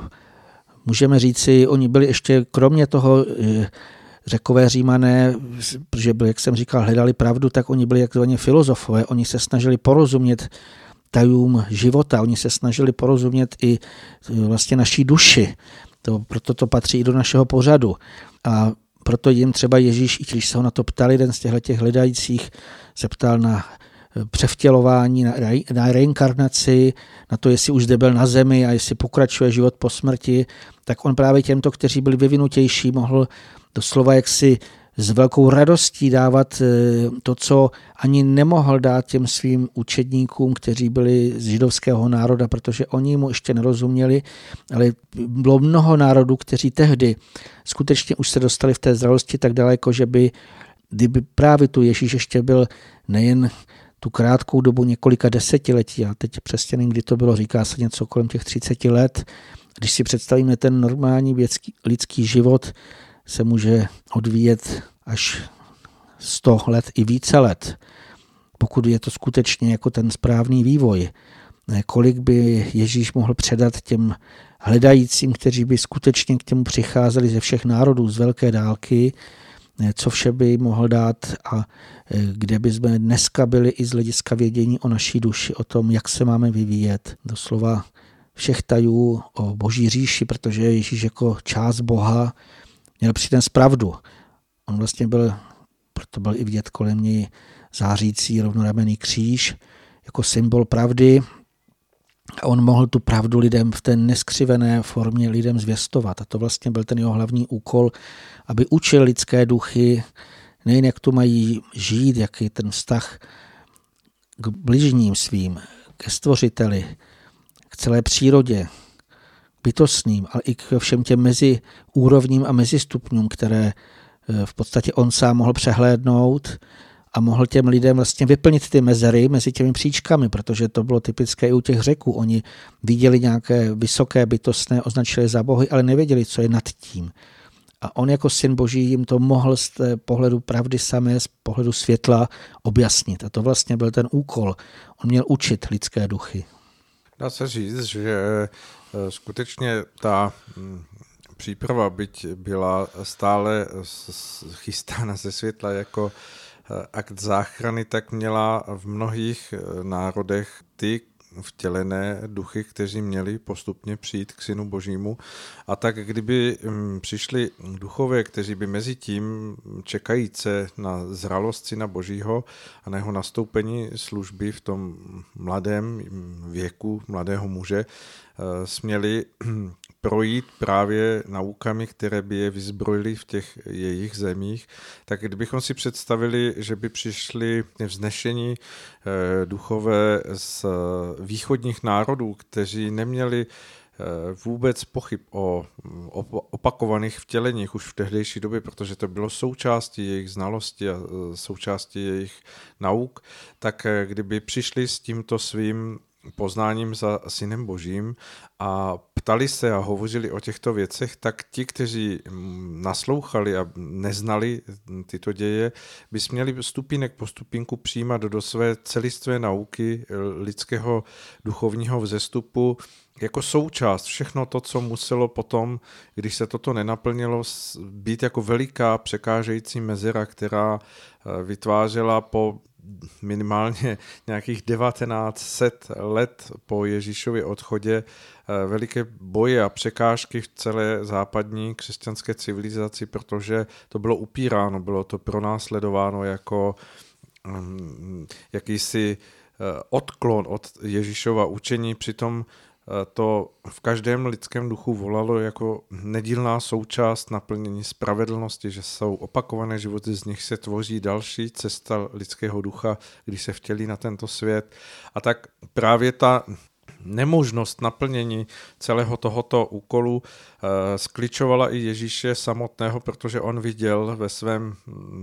můžeme říci, oni byli ještě kromě toho Řekové Římané, protože byli, jak jsem říkal, hledali pravdu, tak oni byli takzvaně filozofové, oni se snažili porozumět tajům života, oni se snažili porozumět i vlastně naší duši. Proto to patří i do našeho pořadu. A proto jim třeba Ježíš, i když se ho na to ptal, jeden z těchto hledajících se ptal na převtělování, na reinkarnaci, na to, jestli už zde byl na zemi a jestli pokračuje život po smrti, tak on právě těmto, kteří byli vyvinutější, mohl doslova jaksi s velkou radostí dávat to, co ani nemohl dát těm svým učedníkům, kteří byli z židovského národa, protože oni mu ještě nerozuměli, ale bylo mnoho národů, kteří tehdy skutečně už se dostali v té zralosti tak daleko, že kdyby právě tu Ježíš ještě byl nejen tu krátkou dobu několika desetiletí, a teď přesně nevím, kdy to bylo, říká se něco kolem těch 30 let, když si představíme ten normální lidský život, se může odvíjet až 100 let i více let, pokud je to skutečně jako ten správný vývoj. Kolik by Ježíš mohl předat těm hledajícím, kteří by skutečně k němu přicházeli ze všech národů z velké dálky, co vše by mohl dát a kde by jsme dneska byli i z hlediska vědění o naší duši, o tom, jak se máme vyvíjet. Doslova všech tajů o Boží říši, protože Ježíš jako část Boha měl přinést pravdu. On vlastně byl, proto byl i vidět kolem něj zářící rovnoramenný kříž jako symbol pravdy a on mohl tu pravdu lidem v té neskřivené formě lidem zvěstovat. A to vlastně byl ten jeho hlavní úkol, aby učil lidské duchy, nejen jak tu mají žít, jaký je ten vztah k bližním svým, ke stvořiteli, k celé přírodě, bytostným, ale i k všem těm meziúrovním a mezistupňům, které v podstatě on sám mohl přehlédnout a mohl těm lidem vlastně vyplnit ty mezery mezi těmi příčkami, protože to bylo typické i u těch Řeků. Oni viděli nějaké vysoké bytostné, označili za bohy, ale nevěděli, co je nad tím. A on jako syn Boží jim to mohl z pohledu pravdy samé, z pohledu světla objasnit. A to vlastně byl ten úkol. On měl učit lidské duchy. Dá se říct, že skutečně ta příprava, byť byla stále chystána ze světla jako akt záchrany, tak měla v mnohých národech ty vtělené duchy, kteří měli postupně přijít k Synu Božímu. A tak kdyby přišli duchové, kteří by mezi tím čekajíce na zralost Syna Božího a na jeho nastoupení služby v tom mladém věku mladého muže, směli projít právě naukami, které by je vyzbrojily v těch jejich zemích, tak kdybychom si představili, že by přišli vznešení duchové z východních národů, kteří neměli vůbec pochyb o opakovaných vtěleních už v tehdejší době, protože to bylo součástí jejich znalosti a součástí jejich nauk, tak kdyby přišli s tímto svým poznáním za Synem Božím a ptali se a hovořili o těchto věcech, tak ti, kteří naslouchali a neznali tyto děje, by směli stupínek po stupínku přijímat do své celistvé nauky lidského duchovního vzestupu jako součást. Všechno to, co muselo potom, když se toto nenaplnilo, být jako veliká překážející mezera, která vytvářela po minimálně nějakých 1900 let po Ježíšově odchodě veliké boje a překážky v celé západní křesťanské civilizaci, protože to bylo upíráno, bylo to pronásledováno jako jakýsi odklon od Ježíšova učení, přitom to v každém lidském duchu volalo jako nedílná součást naplnění spravedlnosti, že jsou opakované životy, z nich se tvoří další cesta lidského ducha, když se vtělí na tento svět. A tak právě ta nemožnost naplnění celého tohoto úkolu skličovala i Ježíše samotného, protože on viděl ve svém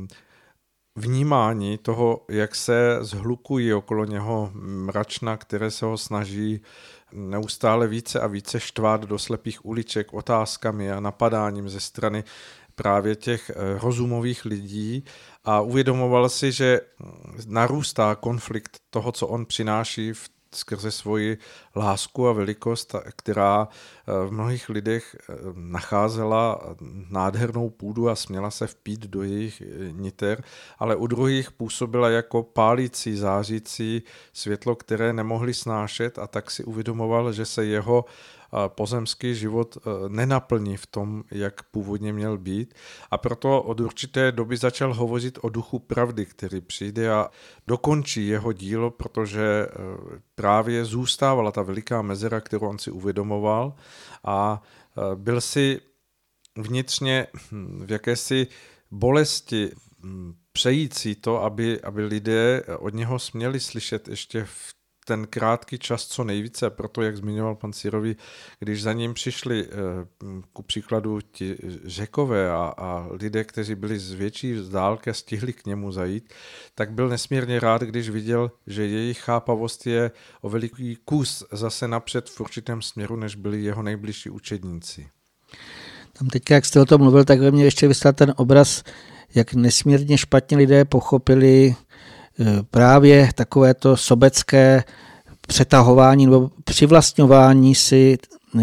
vnímání toho, jak se zhlukují okolo něho mračna, které se ho snaží neustále více a více štvát do slepých uliček otázkami a napadáním ze strany právě těch rozumových lidí a uvědomoval si, že narůstá konflikt toho, co on přináší skrze svoji lásku a velikost, která v mnohých lidech nacházela nádhernou půdu a směla se vpít do jejich niter, ale u druhých působila jako pálící, zářící světlo, které nemohli snášet, a tak si uvědomoval, že se jeho pozemský život nenaplní v tom, jak původně měl být, a proto od určité doby začal hovořit o duchu pravdy, který přijde a dokončí jeho dílo, protože právě zůstávala ta veliká mezera, kterou on si uvědomoval, a byl si vnitřně v jakési bolesti přející to, aby lidé od něho směli slyšet ještě v ten krátký čas co nejvíce, proto, jak zmiňoval pan Sírový, když za ním přišli ku příkladu ti Řekové a lidé, kteří byli z větší vzdálky a stihli k němu zajít, tak byl nesmírně rád, když viděl, že jejich chápavost je o veliký kus zase napřed v určitém směru, než byli jeho nejbližší učedníci. Tam teďka, jak jste o tom mluvil, tak ve mně ještě vyslal ten obraz, jak nesmírně špatně lidé pochopili právě takovéto sobecké přetahování nebo přivlastňování si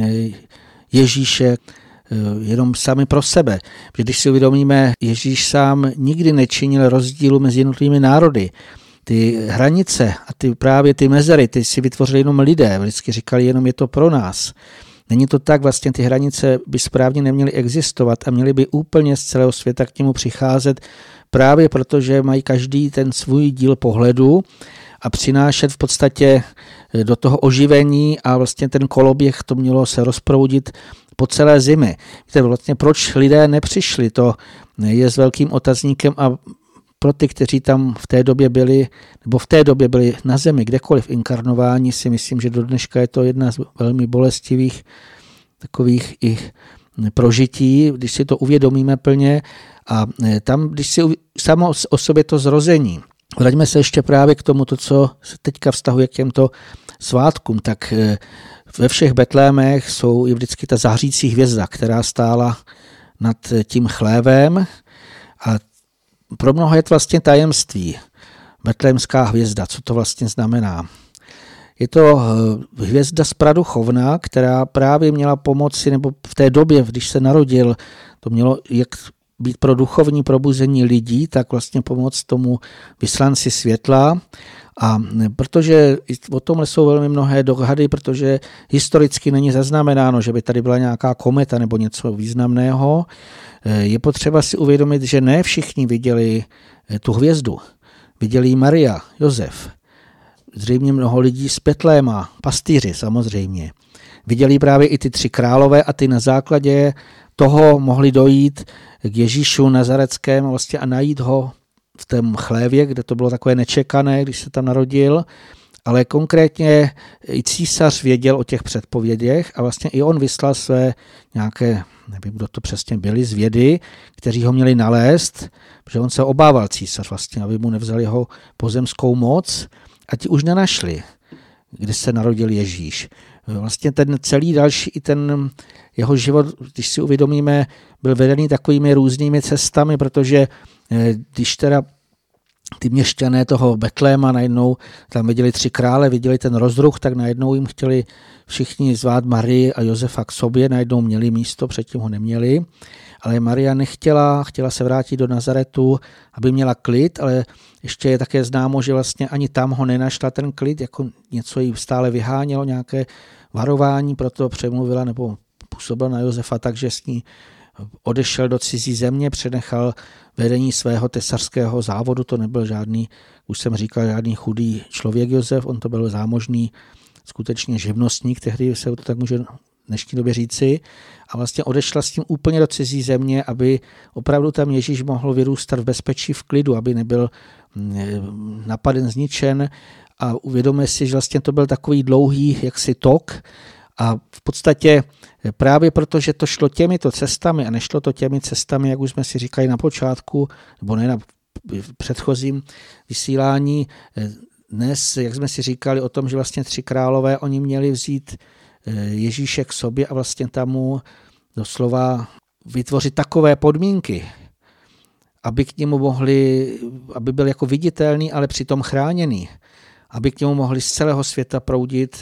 Ježíše jenom sami pro sebe. Protože když si uvědomíme, Ježíš sám nikdy nečinil rozdílu mezi jednotlivými národy. Ty hranice a právě ty mezery, ty si vytvořili jenom lidé. Vždycky říkali, jenom je to pro nás. Není to tak, vlastně ty hranice by správně neměly existovat a měly by úplně z celého světa k němu přicházet, právě protože mají každý ten svůj díl pohledu a přinášet v podstatě do toho oživení, a vlastně ten koloběh to mělo se rozproudit po celé zimy. Víte, vlastně proč lidé nepřišli, to je s velkým otazníkem, a pro ty, kteří tam v té době byli, nebo v té době byli na zemi, kdekoliv inkarnováni, si myslím, že do dneška je to jedna z velmi bolestivých takových i prožití, když si to uvědomíme plně. A tam, když si samo o sobě to zrození, vraťme se ještě právě k tomu, co se teďka vztahuje k těmto svátkům, tak ve všech Betlémech jsou i vždycky ta zářící hvězda, která stála nad tím chlévem, a pro mnoho je to vlastně tajemství. Betlémská hvězda, co to vlastně znamená? Je to hvězda z praduchovna, která právě měla pomoci, nebo v té době, když se narodil, to mělo jak být pro duchovní probuzení lidí, tak vlastně pomoct tomu vyslanci světla. A protože o tomhle jsou velmi mnohé dohady, protože historicky není zaznamenáno, že by tady byla nějaká kometa nebo něco významného, je potřeba si uvědomit, že ne všichni viděli tu hvězdu. Viděli ji Maria, Josef. Zřejmě mnoho lidí z Betléma, pastýři samozřejmě. Viděli právě i ty 3 králové a ty na základě toho mohli dojít k Ježíšu Nazareckém vlastně a najít ho v tom chlévě, kde to bylo takové nečekané, když se tam narodil, ale konkrétně i císař věděl o těch předpovědích a vlastně i on vyslal své nějaké, nevím, kdo to přesně byli, zvědy, kteří ho měli nalézt, protože on se obával císař vlastně, aby mu nevzal jeho pozemskou moc a ti už nenašli, kde se narodil Ježíš. Vlastně ten celý další i ten jeho život, když si uvědomíme, byl vedený takovými různými cestami, protože když teda ty měšťané toho Betléma najednou tam viděli 3 krále, viděli ten rozruch, tak najednou jim chtěli všichni zvát Marii a Josefa k sobě, najednou měli místo, předtím ho neměli, ale Maria nechtěla, chtěla se vrátit do Nazaretu, aby měla klid, ale ještě je také známo, že vlastně ani tam ho nenašla ten klid, jako něco jí stále vyhánělo, nějaké varování, proto přemluvila nebo působila na Josefa tak, že s ní odešel do cizí země, přenechal vedení svého tesařského závodu, to nebyl žádný, už jsem říkal, žádný chudý člověk Josef, on to byl zámožný skutečně živnostník, tehdy se to tak může v dnešní době říci, a vlastně odešla s tím úplně do cizí země, aby opravdu tam Ježíš mohl vyrůstat v bezpečí, v klidu, aby nebyl napaden, zničen a uvědomuje si, že vlastně to byl takový dlouhý jaksi tok a v podstatě právě protože to šlo těmito cestami a nešlo to těmi cestami, jak už jsme si říkali na počátku, nebo ne na předchozím vysílání, dnes, jak jsme si říkali o tom, že vlastně 3 králové, oni měli vzít Ježíše k sobě a vlastně tam mu doslova vytvořit takové podmínky, aby k němu mohli, aby byl jako viditelný, ale přitom chráněný, aby k němu mohli z celého světa proudit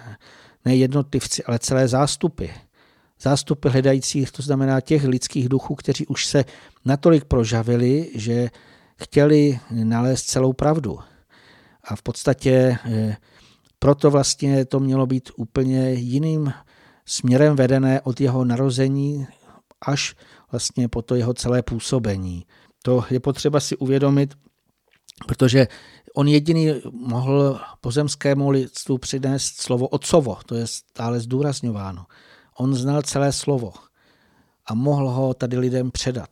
ne jednotlivci, ale celé zástupy. Zástupy hledajících, to znamená těch lidských duchů, kteří už se natolik prožavili, že chtěli nalézt celou pravdu. A v podstatě proto vlastně to mělo být úplně jiným směrem vedené od jeho narození až vlastně po to jeho celé působení. To je potřeba si uvědomit, protože on jediný mohl pozemskému lidstvu přinést slovo otcovo, to je stále zdůrazňováno. On znal celé slovo a mohl ho tady lidem předat.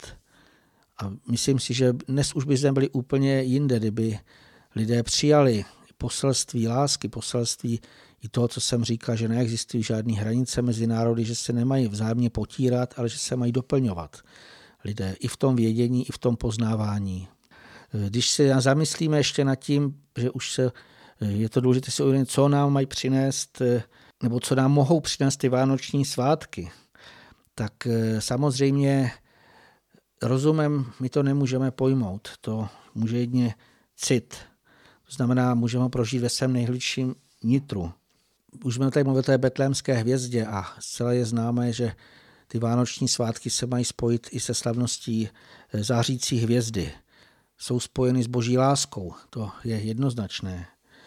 A myslím si, že dnes už by jsme byli úplně jinde, kdyby lidé přijali poselství lásky, poselství i toho, co jsem říkal, že neexistují žádné hranice mezi národy, že se nemají vzájemně potírat, ale že se mají doplňovat lidé i v tom vědění, i v tom poznávání. Když se zamyslíme ještě nad tím, že už je to důležité si uvědomit, co nám mají přinést, nebo co nám mohou přinést ty vánoční svátky, tak samozřejmě rozumem my to nemůžeme pojmout. To může jedině cit. To znamená, můžeme ho prožít ve svém nejhlubším nitru. Už jsme tady mluvili o té betlémské hvězdě a zcela je známé, že ty vánoční svátky se mají spojit i se slavností zářící hvězdy. Jsou spojeny s boží láskou, to je jednoznačné.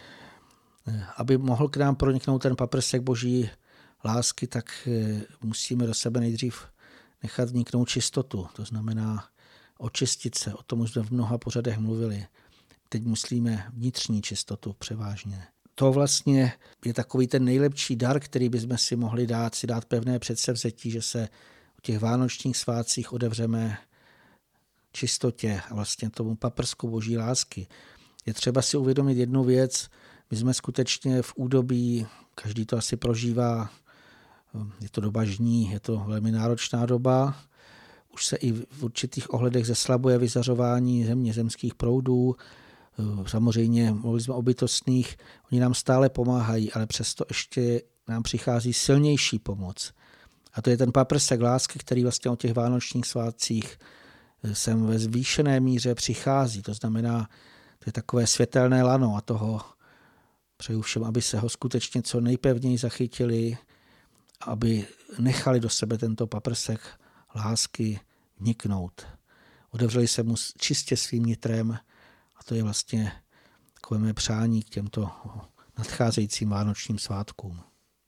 Aby mohl k nám proniknout ten paprsek boží lásky, tak musíme do sebe nejdřív nechat vniknout čistotu. To znamená očistit se, o tom už jsme v mnoha pořadech mluvili. Teď myslíme vnitřní čistotu převážně. To vlastně je takový ten nejlepší dar, který bychom si mohli dát pevné předsevzetí, že se o těch vánočních svátcích otevřeme čistotě a vlastně tomu paprsku boží lásky. Je třeba si uvědomit jednu věc, my jsme skutečně v údobí, každý to asi prožívá, je to doba žní, je to velmi náročná doba, už se i v určitých ohledech zeslabuje vyzařování země, zemských proudů, samozřejmě mluvili jsme o bytostných, oni nám stále pomáhají, ale přesto ještě nám přichází silnější pomoc. A to je ten paprsek lásky, který vlastně o těch vánočních svátcích sem ve zvýšené míře přichází. To znamená, to je takové světelné lano a toho přeju všem, aby se ho skutečně co nejpevněji zachytili, aby nechali do sebe tento paprsek lásky vniknout. Otevřeli se mu čistě svým nitrem a to je vlastně takové mé přání k těmto nadcházejícím vánočním svátkům.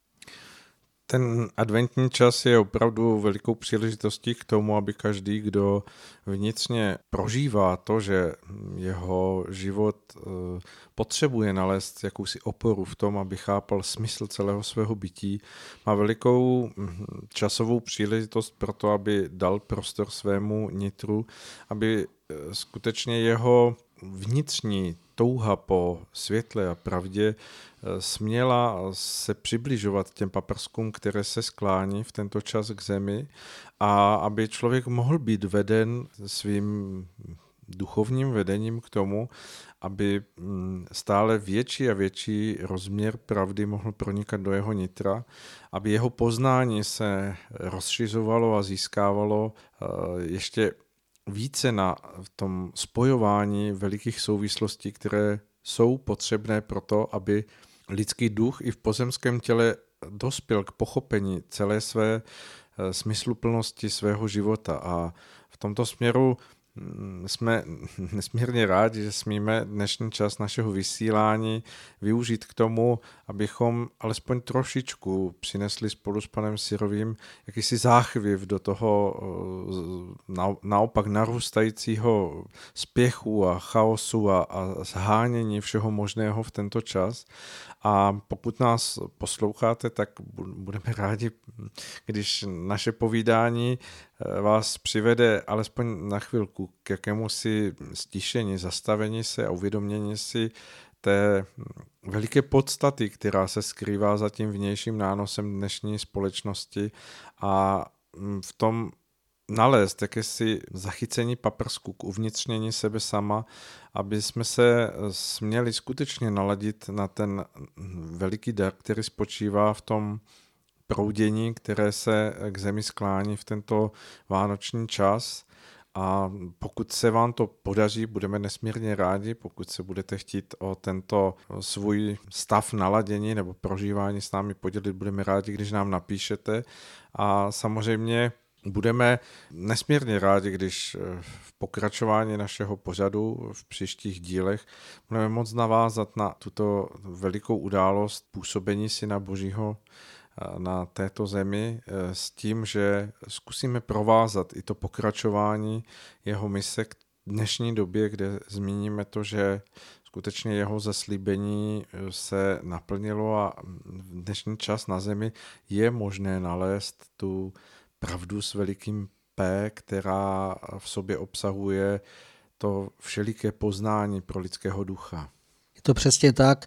Ten adventní čas je opravdu velikou příležitostí k tomu, aby každý, kdo vnitřně prožívá to, že jeho život potřebuje nalézt jakousi oporu v tom, aby chápal smysl celého svého bytí, má velikou časovou příležitost pro to, aby dal prostor svému nitru, aby skutečně jeho vnitřní touha po světle a pravdě směla se přibližovat těm paprskům, které se sklání v tento čas k zemi, a aby člověk mohl být veden svým duchovním vedením k tomu, aby stále větší a větší rozměr pravdy mohl pronikat do jeho nitra, aby jeho poznání se rozšiřovalo a získávalo ještě více na tom spojování velikých souvislostí, které jsou potřebné pro to, aby lidský duch i v pozemském těle dospěl k pochopení celé své smysluplnosti svého života. A v tomto směru jsme nesmírně rádi, že smíme dnešní čas našeho vysílání využít k tomu, abychom alespoň trošičku přinesli spolu s panem Syrovým jakýsi záchvěv do toho naopak narůstajícího spěchu a chaosu a zhánění všeho možného v tento čas. A pokud nás posloucháte, tak budeme rádi, když naše povídání vás přivede alespoň na chvilku k jakémusi stišení, zastavení se a uvědomění si té veliké podstaty, která se skrývá za tím vnějším nánosem dnešní společnosti, a v tom nalézt jakési zachycení paprsku k uvnitřnění sebe sama, aby jsme se směli skutečně naladit na ten veliký dar, který spočívá v tom proudění, které se k zemi sklání v tento vánoční čas. A pokud se vám to podaří, budeme nesmírně rádi. Pokud se budete chtít o tento svůj stav naladění nebo prožívání s námi podělit, budeme rádi, když nám napíšete. A samozřejmě budeme nesmírně rádi, když v pokračování našeho pořadu v příštích dílech budeme moct navázat na tuto velikou událost působení Syna Božího na této zemi s tím, že zkusíme provázat i to pokračování jeho mise k dnešní době, kde zmíníme to, že skutečně jeho zaslíbení se naplnilo a v dnešní čas na zemi je možné nalézt tu pravdu s velikým P, která v sobě obsahuje to všeliké poznání pro lidského ducha. Je to přesně tak.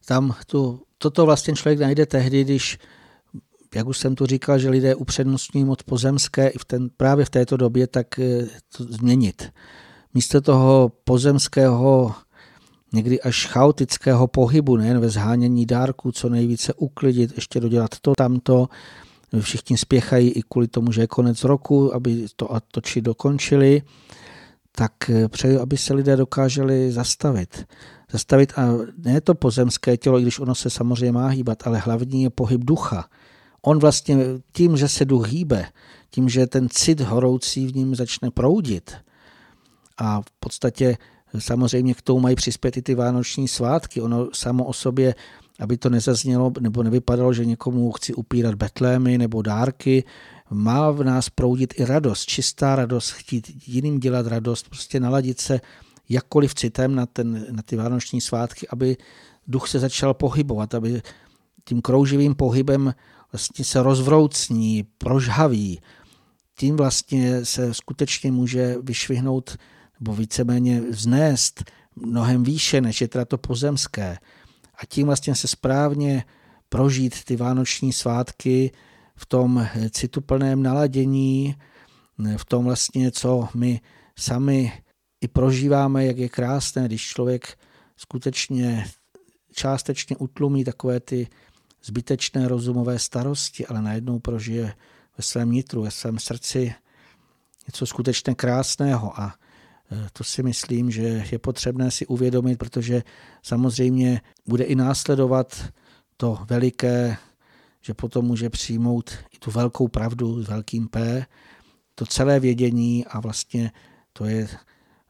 Toto vlastně člověk najde tehdy, když, jak už jsem tu říkal, že lidé upřednostňují moc pozemské i právě v této době, tak to změnit. Místo toho pozemského, někdy až chaotického pohybu, nejen ve zhánění dárků, co nejvíce uklidit, ještě dodělat to, tamto. Všichni spěchají i kvůli tomu, že je konec roku, aby to a to či dokončili, tak přeju, aby se lidé dokázali zastavit. A ne to pozemské tělo, i když ono se samozřejmě má hýbat, ale hlavní je pohyb ducha. On vlastně tím, že se duch hýbe, tím, že ten cit horoucí v ním začne proudit, a v podstatě samozřejmě k tomu mají přispět i ty vánoční svátky. Ono samo o sobě, aby to nezaznělo nebo nevypadalo, že někomu chci upírat betlémy nebo dárky, má v nás proudit i radost, čistá radost, chtít jiným dělat radost, prostě naladit se jakkoliv citem na ty vánoční svátky, aby duch se začal pohybovat, aby tím krouživým pohybem vlastně se rozvroucní, prožhaví. Tím vlastně se skutečně může vyšvihnout nebo víceméně vznést mnohem výše, než je teda to pozemské. A tím vlastně se správně prožít ty vánoční svátky v tom cituplném naladění, v tom vlastně, co my sami i prožíváme, jak je krásné, když člověk skutečně částečně utlumí takové ty zbytečné rozumové starosti, ale najednou prožije ve svém nitru, ve svém srdci něco skutečně krásného. A to si myslím, že je potřebné si uvědomit, protože samozřejmě bude i následovat to veliké, že potom může přijmout i tu velkou pravdu s velkým P, to celé vědění, a vlastně to je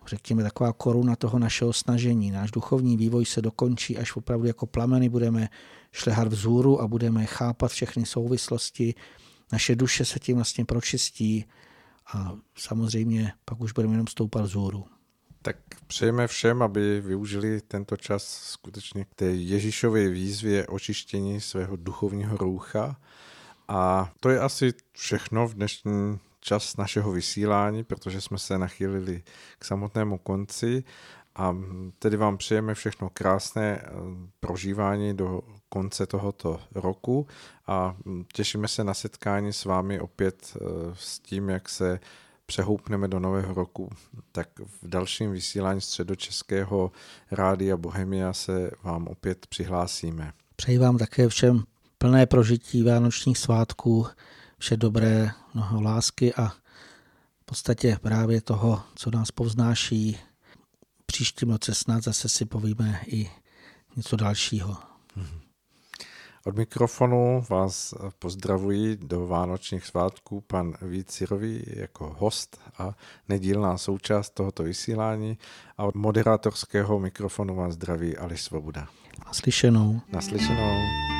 řekněme, taková koruna toho našeho snažení. Náš duchovní vývoj se dokončí, až opravdu jako plameny budeme šlehat vzhůru a budeme chápat všechny souvislosti. Naše duše se tím vlastně pročistí a samozřejmě pak už budeme jenom stoupat vzhůru. Tak přejeme všem, aby využili tento čas skutečně k té Ježíšově výzvě očištění svého duchovního roucha. A to je asi všechno v dnešní čas našeho vysílání, protože jsme se nachýlili k samotnému konci a tedy vám přejeme všechno krásné prožívání do konce tohoto roku a těšíme se na setkání s vámi opět s tím, jak se přehoupneme do nového roku, tak v dalším vysílání Středočeského rádia Bohemia se vám opět přihlásíme. Přeji vám také všem plné prožití vánočních svátků, vše dobré, mnoho lásky a v podstatě právě toho, co nás povznáší. Příštím roce snad zase si povíme i něco dalšího. Od mikrofonu vás pozdravuji do vánočních svátků pan Vít Sirový jako host a nedílná součást tohoto vysílání a od moderátorského mikrofonu vás zdraví Aleš Svoboda. Naslyšenou. Naslyšenou.